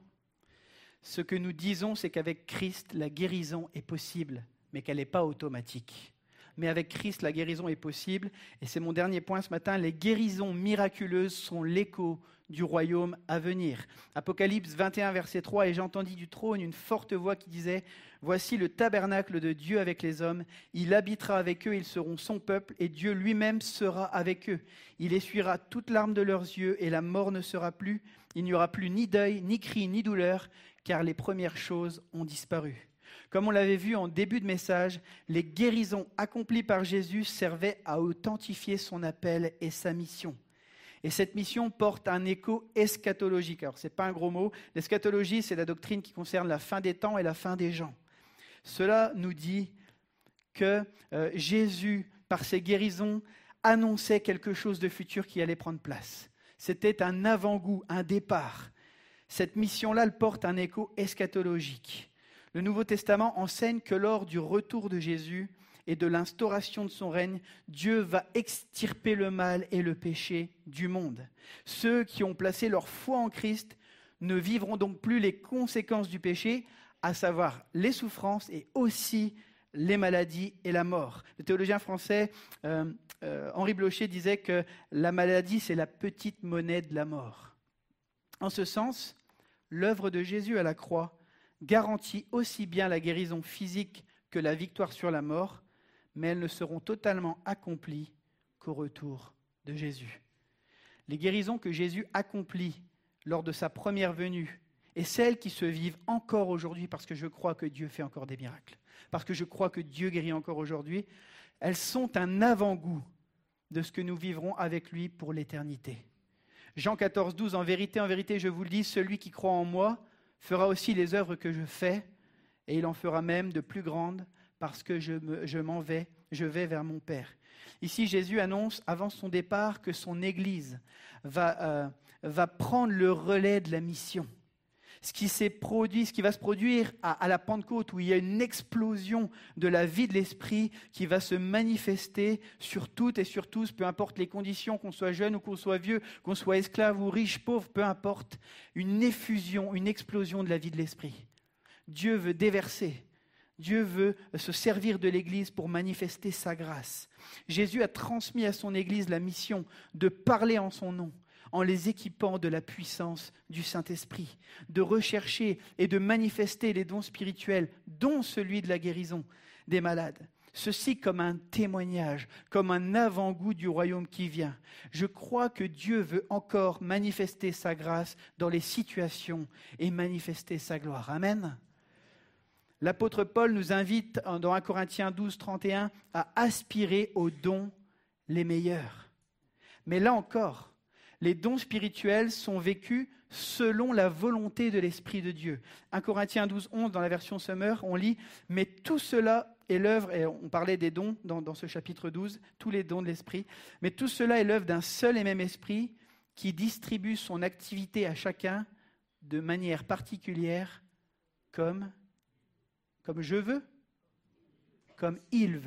Ce que nous disons, c'est qu'avec Christ, la guérison est possible, mais qu'elle n'est pas automatique. Mais avec Christ, la guérison est possible. Et c'est mon dernier point ce matin. Les guérisons miraculeuses sont l'écho du royaume à venir. Apocalypse 21, verset 3. « Et j'entendis du trône une forte voix qui disait « Voici le tabernacle de Dieu avec les hommes. Il habitera avec eux, ils seront son peuple, et Dieu lui-même sera avec eux. Il essuiera toute larme de leurs yeux, et la mort ne sera plus. Il n'y aura plus ni deuil, ni cri, ni douleur, car les premières choses ont disparu. » Comme on l'avait vu en début de message, les guérisons accomplies par Jésus servaient à authentifier son appel et sa mission. Et cette mission porte un écho eschatologique. Alors, ce n'est pas un gros mot. L'eschatologie, c'est la doctrine qui concerne la fin des temps et la fin des gens. Cela nous dit que Jésus, par ses guérisons, annonçait quelque chose de futur qui allait prendre place. C'était un avant-goût, un départ. Cette mission-là, elle porte un écho eschatologique. Le Nouveau Testament enseigne que lors du retour de Jésus et de l'instauration de son règne, Dieu va extirper le mal et le péché du monde. Ceux qui ont placé leur foi en Christ ne vivront donc plus les conséquences du péché, à savoir les souffrances et aussi les maladies et la mort. Le théologien français Henri Blocher disait que la maladie, c'est la petite monnaie de la mort. En ce sens, l'œuvre de Jésus à la croix garantit aussi bien la guérison physique que la victoire sur la mort, mais elles ne seront totalement accomplies qu'au retour de Jésus. Les guérisons que Jésus accomplit lors de sa première venue et celles qui se vivent encore aujourd'hui, parce que je crois que Dieu fait encore des miracles, parce que je crois que Dieu guérit encore aujourd'hui, elles sont un avant-goût de ce que nous vivrons avec lui pour l'éternité. Jean 14, 12, en vérité, je vous le dis, celui qui croit en moi fera aussi les œuvres que je fais, et il en fera même de plus grandes, parce que je vais vers mon Père. Ici, Jésus annonce, avant son départ, que son Église va prendre le relais de la mission. Ce qui va se produire à la Pentecôte, où il y a une explosion de la vie de l'Esprit qui va se manifester sur toutes et sur tous, peu importe les conditions, qu'on soit jeune ou qu'on soit vieux, qu'on soit esclave ou riche, pauvre, peu importe, une effusion, une explosion de la vie de l'Esprit. Dieu veut déverser, Dieu veut se servir de l'Église pour manifester sa grâce. Jésus a transmis à son Église la mission de parler en son nom, en les équipant de la puissance du Saint-Esprit, de rechercher et de manifester les dons spirituels, dont celui de la guérison des malades. Ceci comme un témoignage, comme un avant-goût du royaume qui vient. Je crois que Dieu veut encore manifester sa grâce dans les situations et manifester sa gloire. Amen. L'apôtre Paul nous invite dans 1 Corinthiens 12, 31 à aspirer aux dons les meilleurs. Mais là encore, les dons spirituels sont vécus selon la volonté de l'Esprit de Dieu. 1 Corinthiens 12, 11, dans la version Summer, on lit « Mais tout cela est l'œuvre, et on parlait des dons dans ce chapitre 12, tous les dons de l'Esprit, mais tout cela est l'œuvre d'un seul et même Esprit qui distribue son activité à chacun de manière particulière comme je veux, comme il veut. »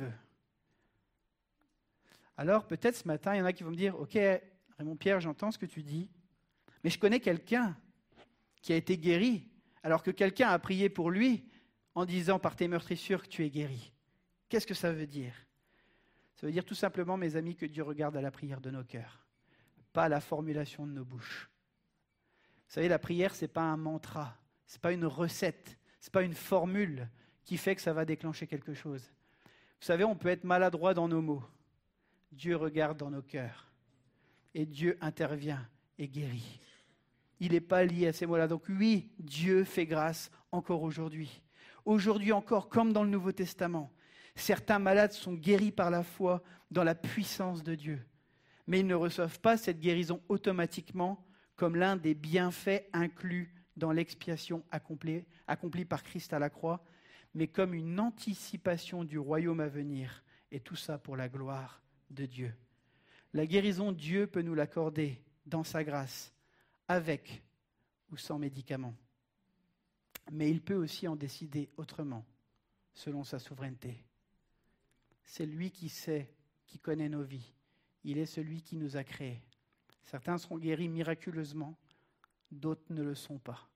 Alors peut-être ce matin, il y en a qui vont me dire « Ok, Raymond-Pierre, j'entends ce que tu dis, mais je connais quelqu'un qui a été guéri, alors que quelqu'un a prié pour lui en disant par tes meurtrissures que tu es guéri. » Qu'est-ce que ça veut dire ? Ça veut dire tout simplement, mes amis, que Dieu regarde à la prière de nos cœurs, pas à la formulation de nos bouches. Vous savez, la prière, ce n'est pas un mantra, ce n'est pas une recette, ce n'est pas une formule qui fait que ça va déclencher quelque chose. Vous savez, on peut être maladroit dans nos mots. Dieu regarde dans nos cœurs et Dieu intervient et guérit. Il n'est pas lié à ces mots-là. Donc oui, Dieu fait grâce encore aujourd'hui. Aujourd'hui encore, comme dans le Nouveau Testament, certains malades sont guéris par la foi dans la puissance de Dieu. Mais ils ne reçoivent pas cette guérison automatiquement comme l'un des bienfaits inclus dans l'expiation accomplie par Christ à la croix, mais comme une anticipation du royaume à venir. Et tout ça pour la gloire de Dieu. La guérison, Dieu peut nous l'accorder dans sa grâce, avec ou sans médicaments. Mais il peut aussi en décider autrement, selon sa souveraineté. C'est lui qui sait, qui connaît nos vies. Il est celui qui nous a créés. Certains seront guéris miraculeusement, d'autres ne le sont pas.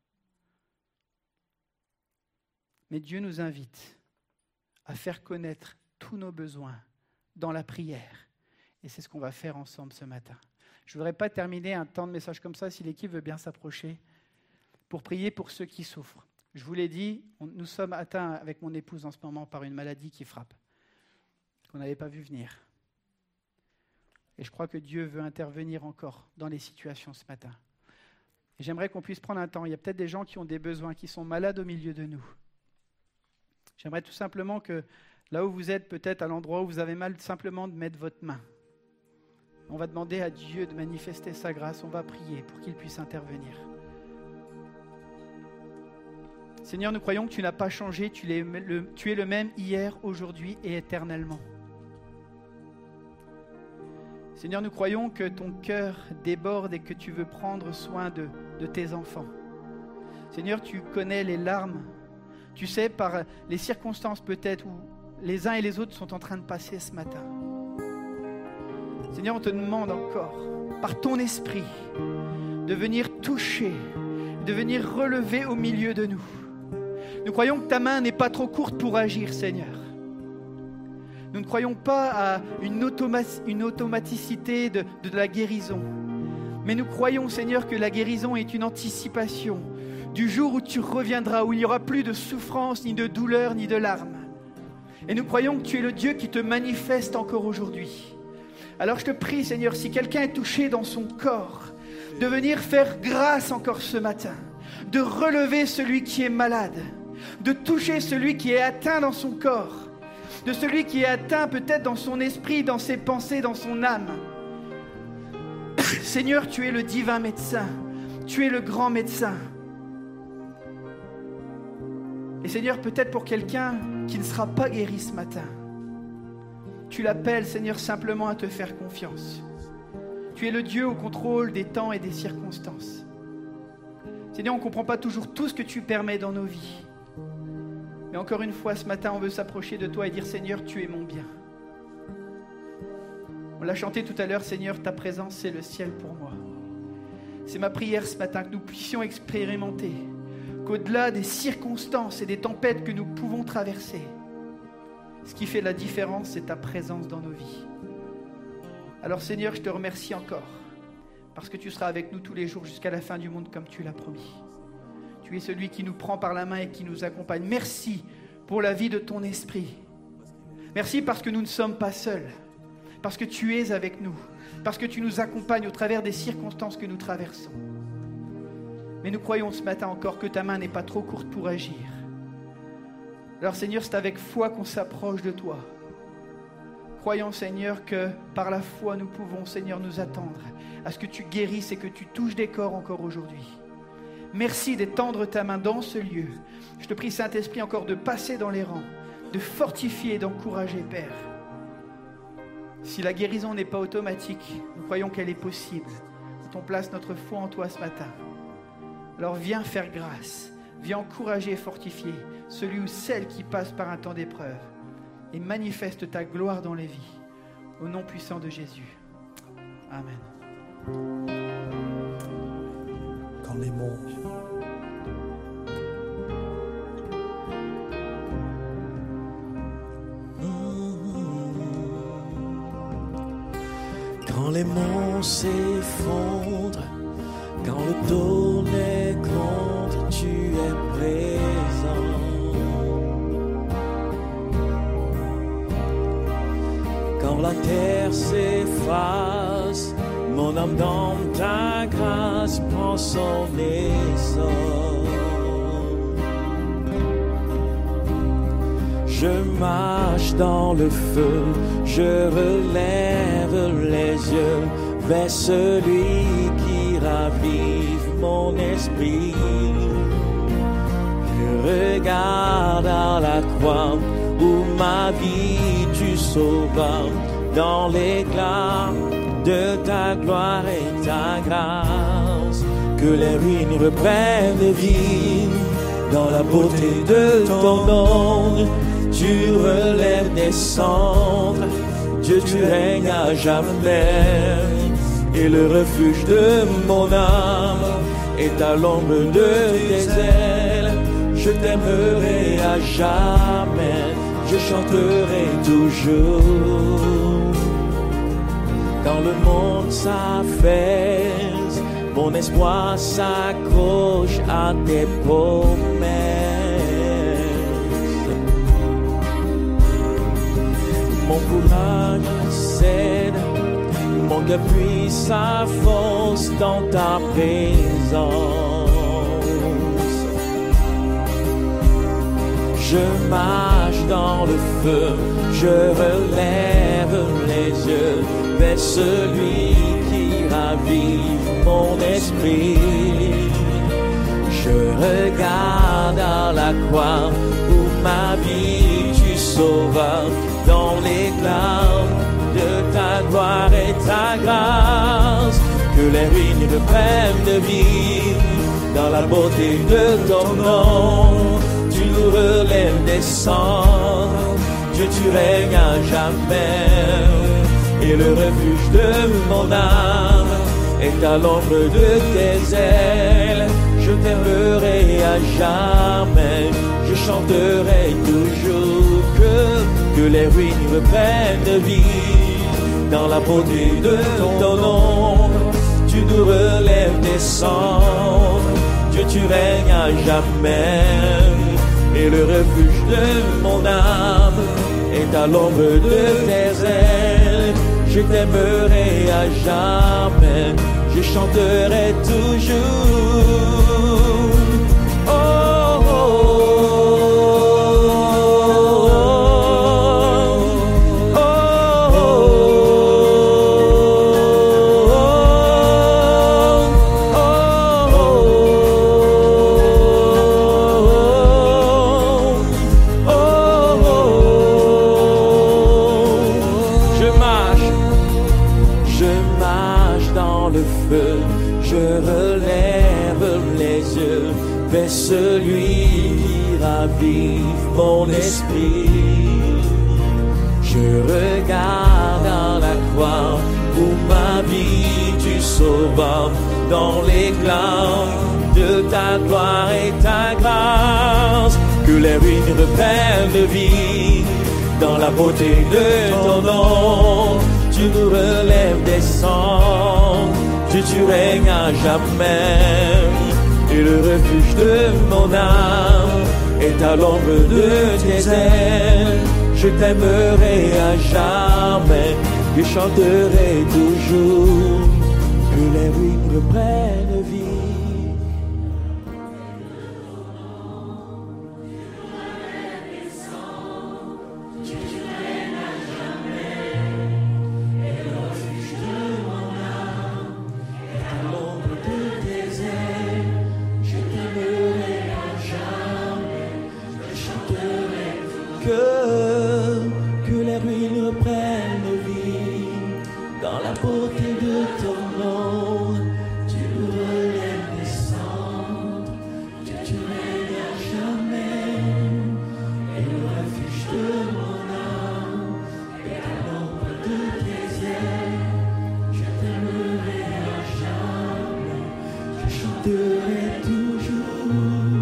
Mais Dieu nous invite à faire connaître tous nos besoins dans la prière. Et c'est ce qu'on va faire ensemble ce matin. Je ne voudrais pas terminer un temps de message comme ça, si l'équipe veut bien s'approcher, pour prier pour ceux qui souffrent. Je vous l'ai dit, nous sommes atteints avec mon épouse en ce moment par une maladie qui frappe, qu'on n'avait pas vu venir. Et je crois que Dieu veut intervenir encore dans les situations ce matin. Et j'aimerais qu'on puisse prendre un temps. Il y a peut-être des gens qui ont des besoins, qui sont malades au milieu de nous. J'aimerais tout simplement que, là où vous êtes, peut-être à l'endroit où vous avez mal, simplement de mettre votre main. On va demander à Dieu de manifester sa grâce. On va prier pour qu'il puisse intervenir. Seigneur, nous croyons que tu n'as pas changé. Tu es le même hier, aujourd'hui et éternellement. Seigneur, nous croyons que ton cœur déborde et que tu veux prendre soin de tes enfants. Seigneur, tu connais les larmes. Tu sais par les circonstances peut-être où les uns et les autres sont en train de passer ce matin. Seigneur, on te demande encore, par ton esprit, de venir toucher, de venir relever au milieu de nous. Nous croyons que ta main n'est pas trop courte pour agir, Seigneur. Nous ne croyons pas à une automaticité de la guérison. Mais nous croyons, Seigneur, que la guérison est une anticipation du jour où tu reviendras, où il n'y aura plus de souffrance, ni de douleur, ni de larmes. Et nous croyons que tu es le Dieu qui te manifeste encore aujourd'hui. Alors je te prie, Seigneur, si quelqu'un est touché dans son corps, de venir faire grâce encore ce matin, de relever celui qui est malade, de toucher celui qui est atteint dans son corps, de celui qui est atteint peut-être dans son esprit, dans ses pensées, dans son âme. Seigneur, tu es le divin médecin, tu es le grand médecin. Et Seigneur, peut-être pour quelqu'un qui ne sera pas guéri ce matin, tu l'appelles, Seigneur, simplement à te faire confiance. Tu es le Dieu au contrôle des temps et des circonstances. Seigneur, on ne comprend pas toujours tout ce que tu permets dans nos vies. Mais encore une fois, ce matin, on veut s'approcher de toi et dire, Seigneur, tu es mon bien. On l'a chanté tout à l'heure, Seigneur, ta présence, c'est le ciel pour moi. C'est ma prière ce matin, que nous puissions expérimenter qu'au-delà des circonstances et des tempêtes que nous pouvons traverser, ce qui fait la différence, c'est ta présence dans nos vies. Alors Seigneur, je te remercie encore, parce que tu seras avec nous tous les jours jusqu'à la fin du monde comme tu l'as promis. Tu es celui qui nous prend par la main et qui nous accompagne. Merci pour la vie de ton esprit. Merci parce que nous ne sommes pas seuls, parce que tu es avec nous, parce que tu nous accompagnes au travers des circonstances que nous traversons. Mais nous croyons ce matin encore que ta main n'est pas trop courte pour agir. Alors Seigneur, c'est avec foi qu'on s'approche de toi. Croyons Seigneur que par la foi nous pouvons Seigneur nous attendre à ce que tu guérisses et que tu touches des corps encore aujourd'hui. Merci d'étendre ta main dans ce lieu. Je te prie Saint-Esprit encore de passer dans les rangs, de fortifier et d'encourager Père. Si la guérison n'est pas automatique, nous croyons qu'elle est possible. Quand on place notre foi en toi ce matin, alors viens faire grâce, viens encourager et fortifier celui ou celle qui passe par un temps d'épreuve et manifeste ta gloire dans les vies. Au nom puissant de Jésus. Amen. Quand les monts Quand les monts s'effondrent, quand le tourne contre, tu es présent. Quand la terre s'efface, mon âme dans ta grâce prend son essor. Je marche dans le feu, je relève les yeux vers celui qui ravive mon esprit. Je regarde à la croix où ma vie tu sauvas, dans l'éclat de ta gloire et ta grâce. Que les ruines reprennent vie dans la beauté de ton nom. Tu relèves des cendres, Dieu tu règnes à jamais, et le refuge de mon âme est à l'ombre de tes ailes. Je t'aimerai à jamais, je chanterai toujours. Quand le monde s'affaisse, mon espoir s'accroche à tes promesses. Mon courage cède, mon cœur puise sa force dans ta présence. Je marche dans le feu, je relève les yeux vers celui qui ravive mon esprit. Je regarde à la croix où ma vie tu sauvas, dans l'éclat de ta gloire et ta grâce. Que les ruines reprennent de vie dans la beauté de ton nom. Tu nous relèves des cendres, Dieu tu règnes à jamais, et le refuge de mon âme est à l'ombre de tes ailes. Je t'aimerai à jamais, je chanterai toujours. Que les ruines reprennent de vie dans la beauté de ton nom. Tu nous relèves des cendres, Dieu tu règnes à jamais, et le refuge de mon âme est à l'ombre de tes ailes. Je t'aimerai à jamais, je chanterai toujours. Oh, oh, celui qui ravive mon esprit. Je regarde à la croix où ma vie tu sauvas, dans l'éclat de ta gloire et ta grâce. Que les ruines reprennent de vie dans la beauté de ton nom. Tu nous relèves des cendres, Dieu tu règnes à jamais, et le refuge de mon âme est à l'ombre de tes ailes. je t'aimerai à jamais, je chanterai toujours que les ruines reprennent vie. Que les ruines reprennent vie dans la beauté de ton nom. Tu relèves descendre, que tu règnes à jamais, et le refuge de mon âme, et à l'ombre de tes ailes, je t'aimerai à jamais, je chanterai toujours.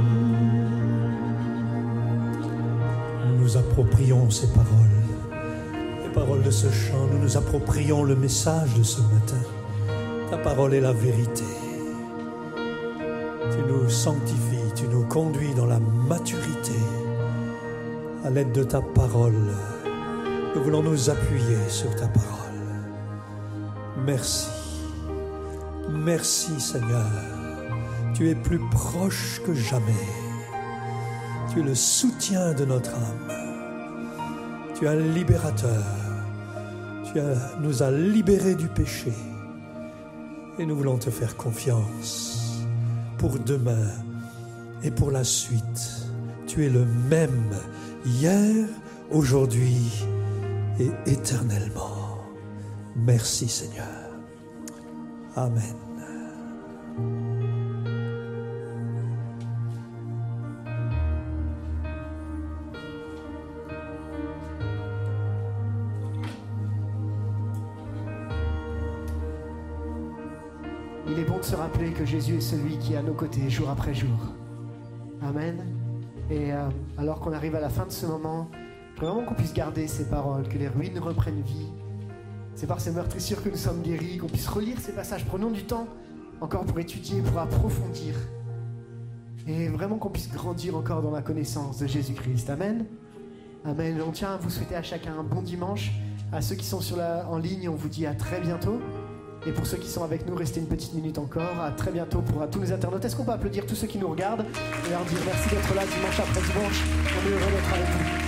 Nous nous approprions ces paroles, les paroles de ce chant, nous nous approprions le message de ce matin. Ta parole est la vérité. Tu nous sanctifies, tu nous conduis dans la maturité. À l'aide de ta parole, nous voulons nous appuyer sur ta parole. Merci. Merci Seigneur. Tu es plus proche que jamais. Tu es le soutien de notre âme. Tu es un libérateur. Tu nous as libérés du péché. Et nous voulons te faire confiance pour demain et pour la suite. Tu es le même hier, aujourd'hui et éternellement. Merci Seigneur. Amen. Il est bon de se rappeler que Jésus est celui qui est à nos côtés jour après jour. Amen. Et alors qu'on arrive à la fin de ce moment, je voudrais vraiment qu'on puisse garder ces paroles, que les ruines reprennent vie. C'est par ces meurtrissures que nous sommes guéris, qu'on puisse relire ces passages. Prenons du temps encore pour étudier, pour approfondir. Et vraiment qu'on puisse grandir encore dans la connaissance de Jésus-Christ. Amen. Amen. On tient à vous souhaiter à chacun un bon dimanche. À ceux qui sont en ligne, on vous dit à très bientôt. Et pour ceux qui sont avec nous, restez une petite minute encore. À très bientôt pour tous les internautes. Est-ce qu'on peut applaudir tous ceux qui nous regardent et leur dire merci d'être là dimanche après dimanche. On est heureux d'être avec vous.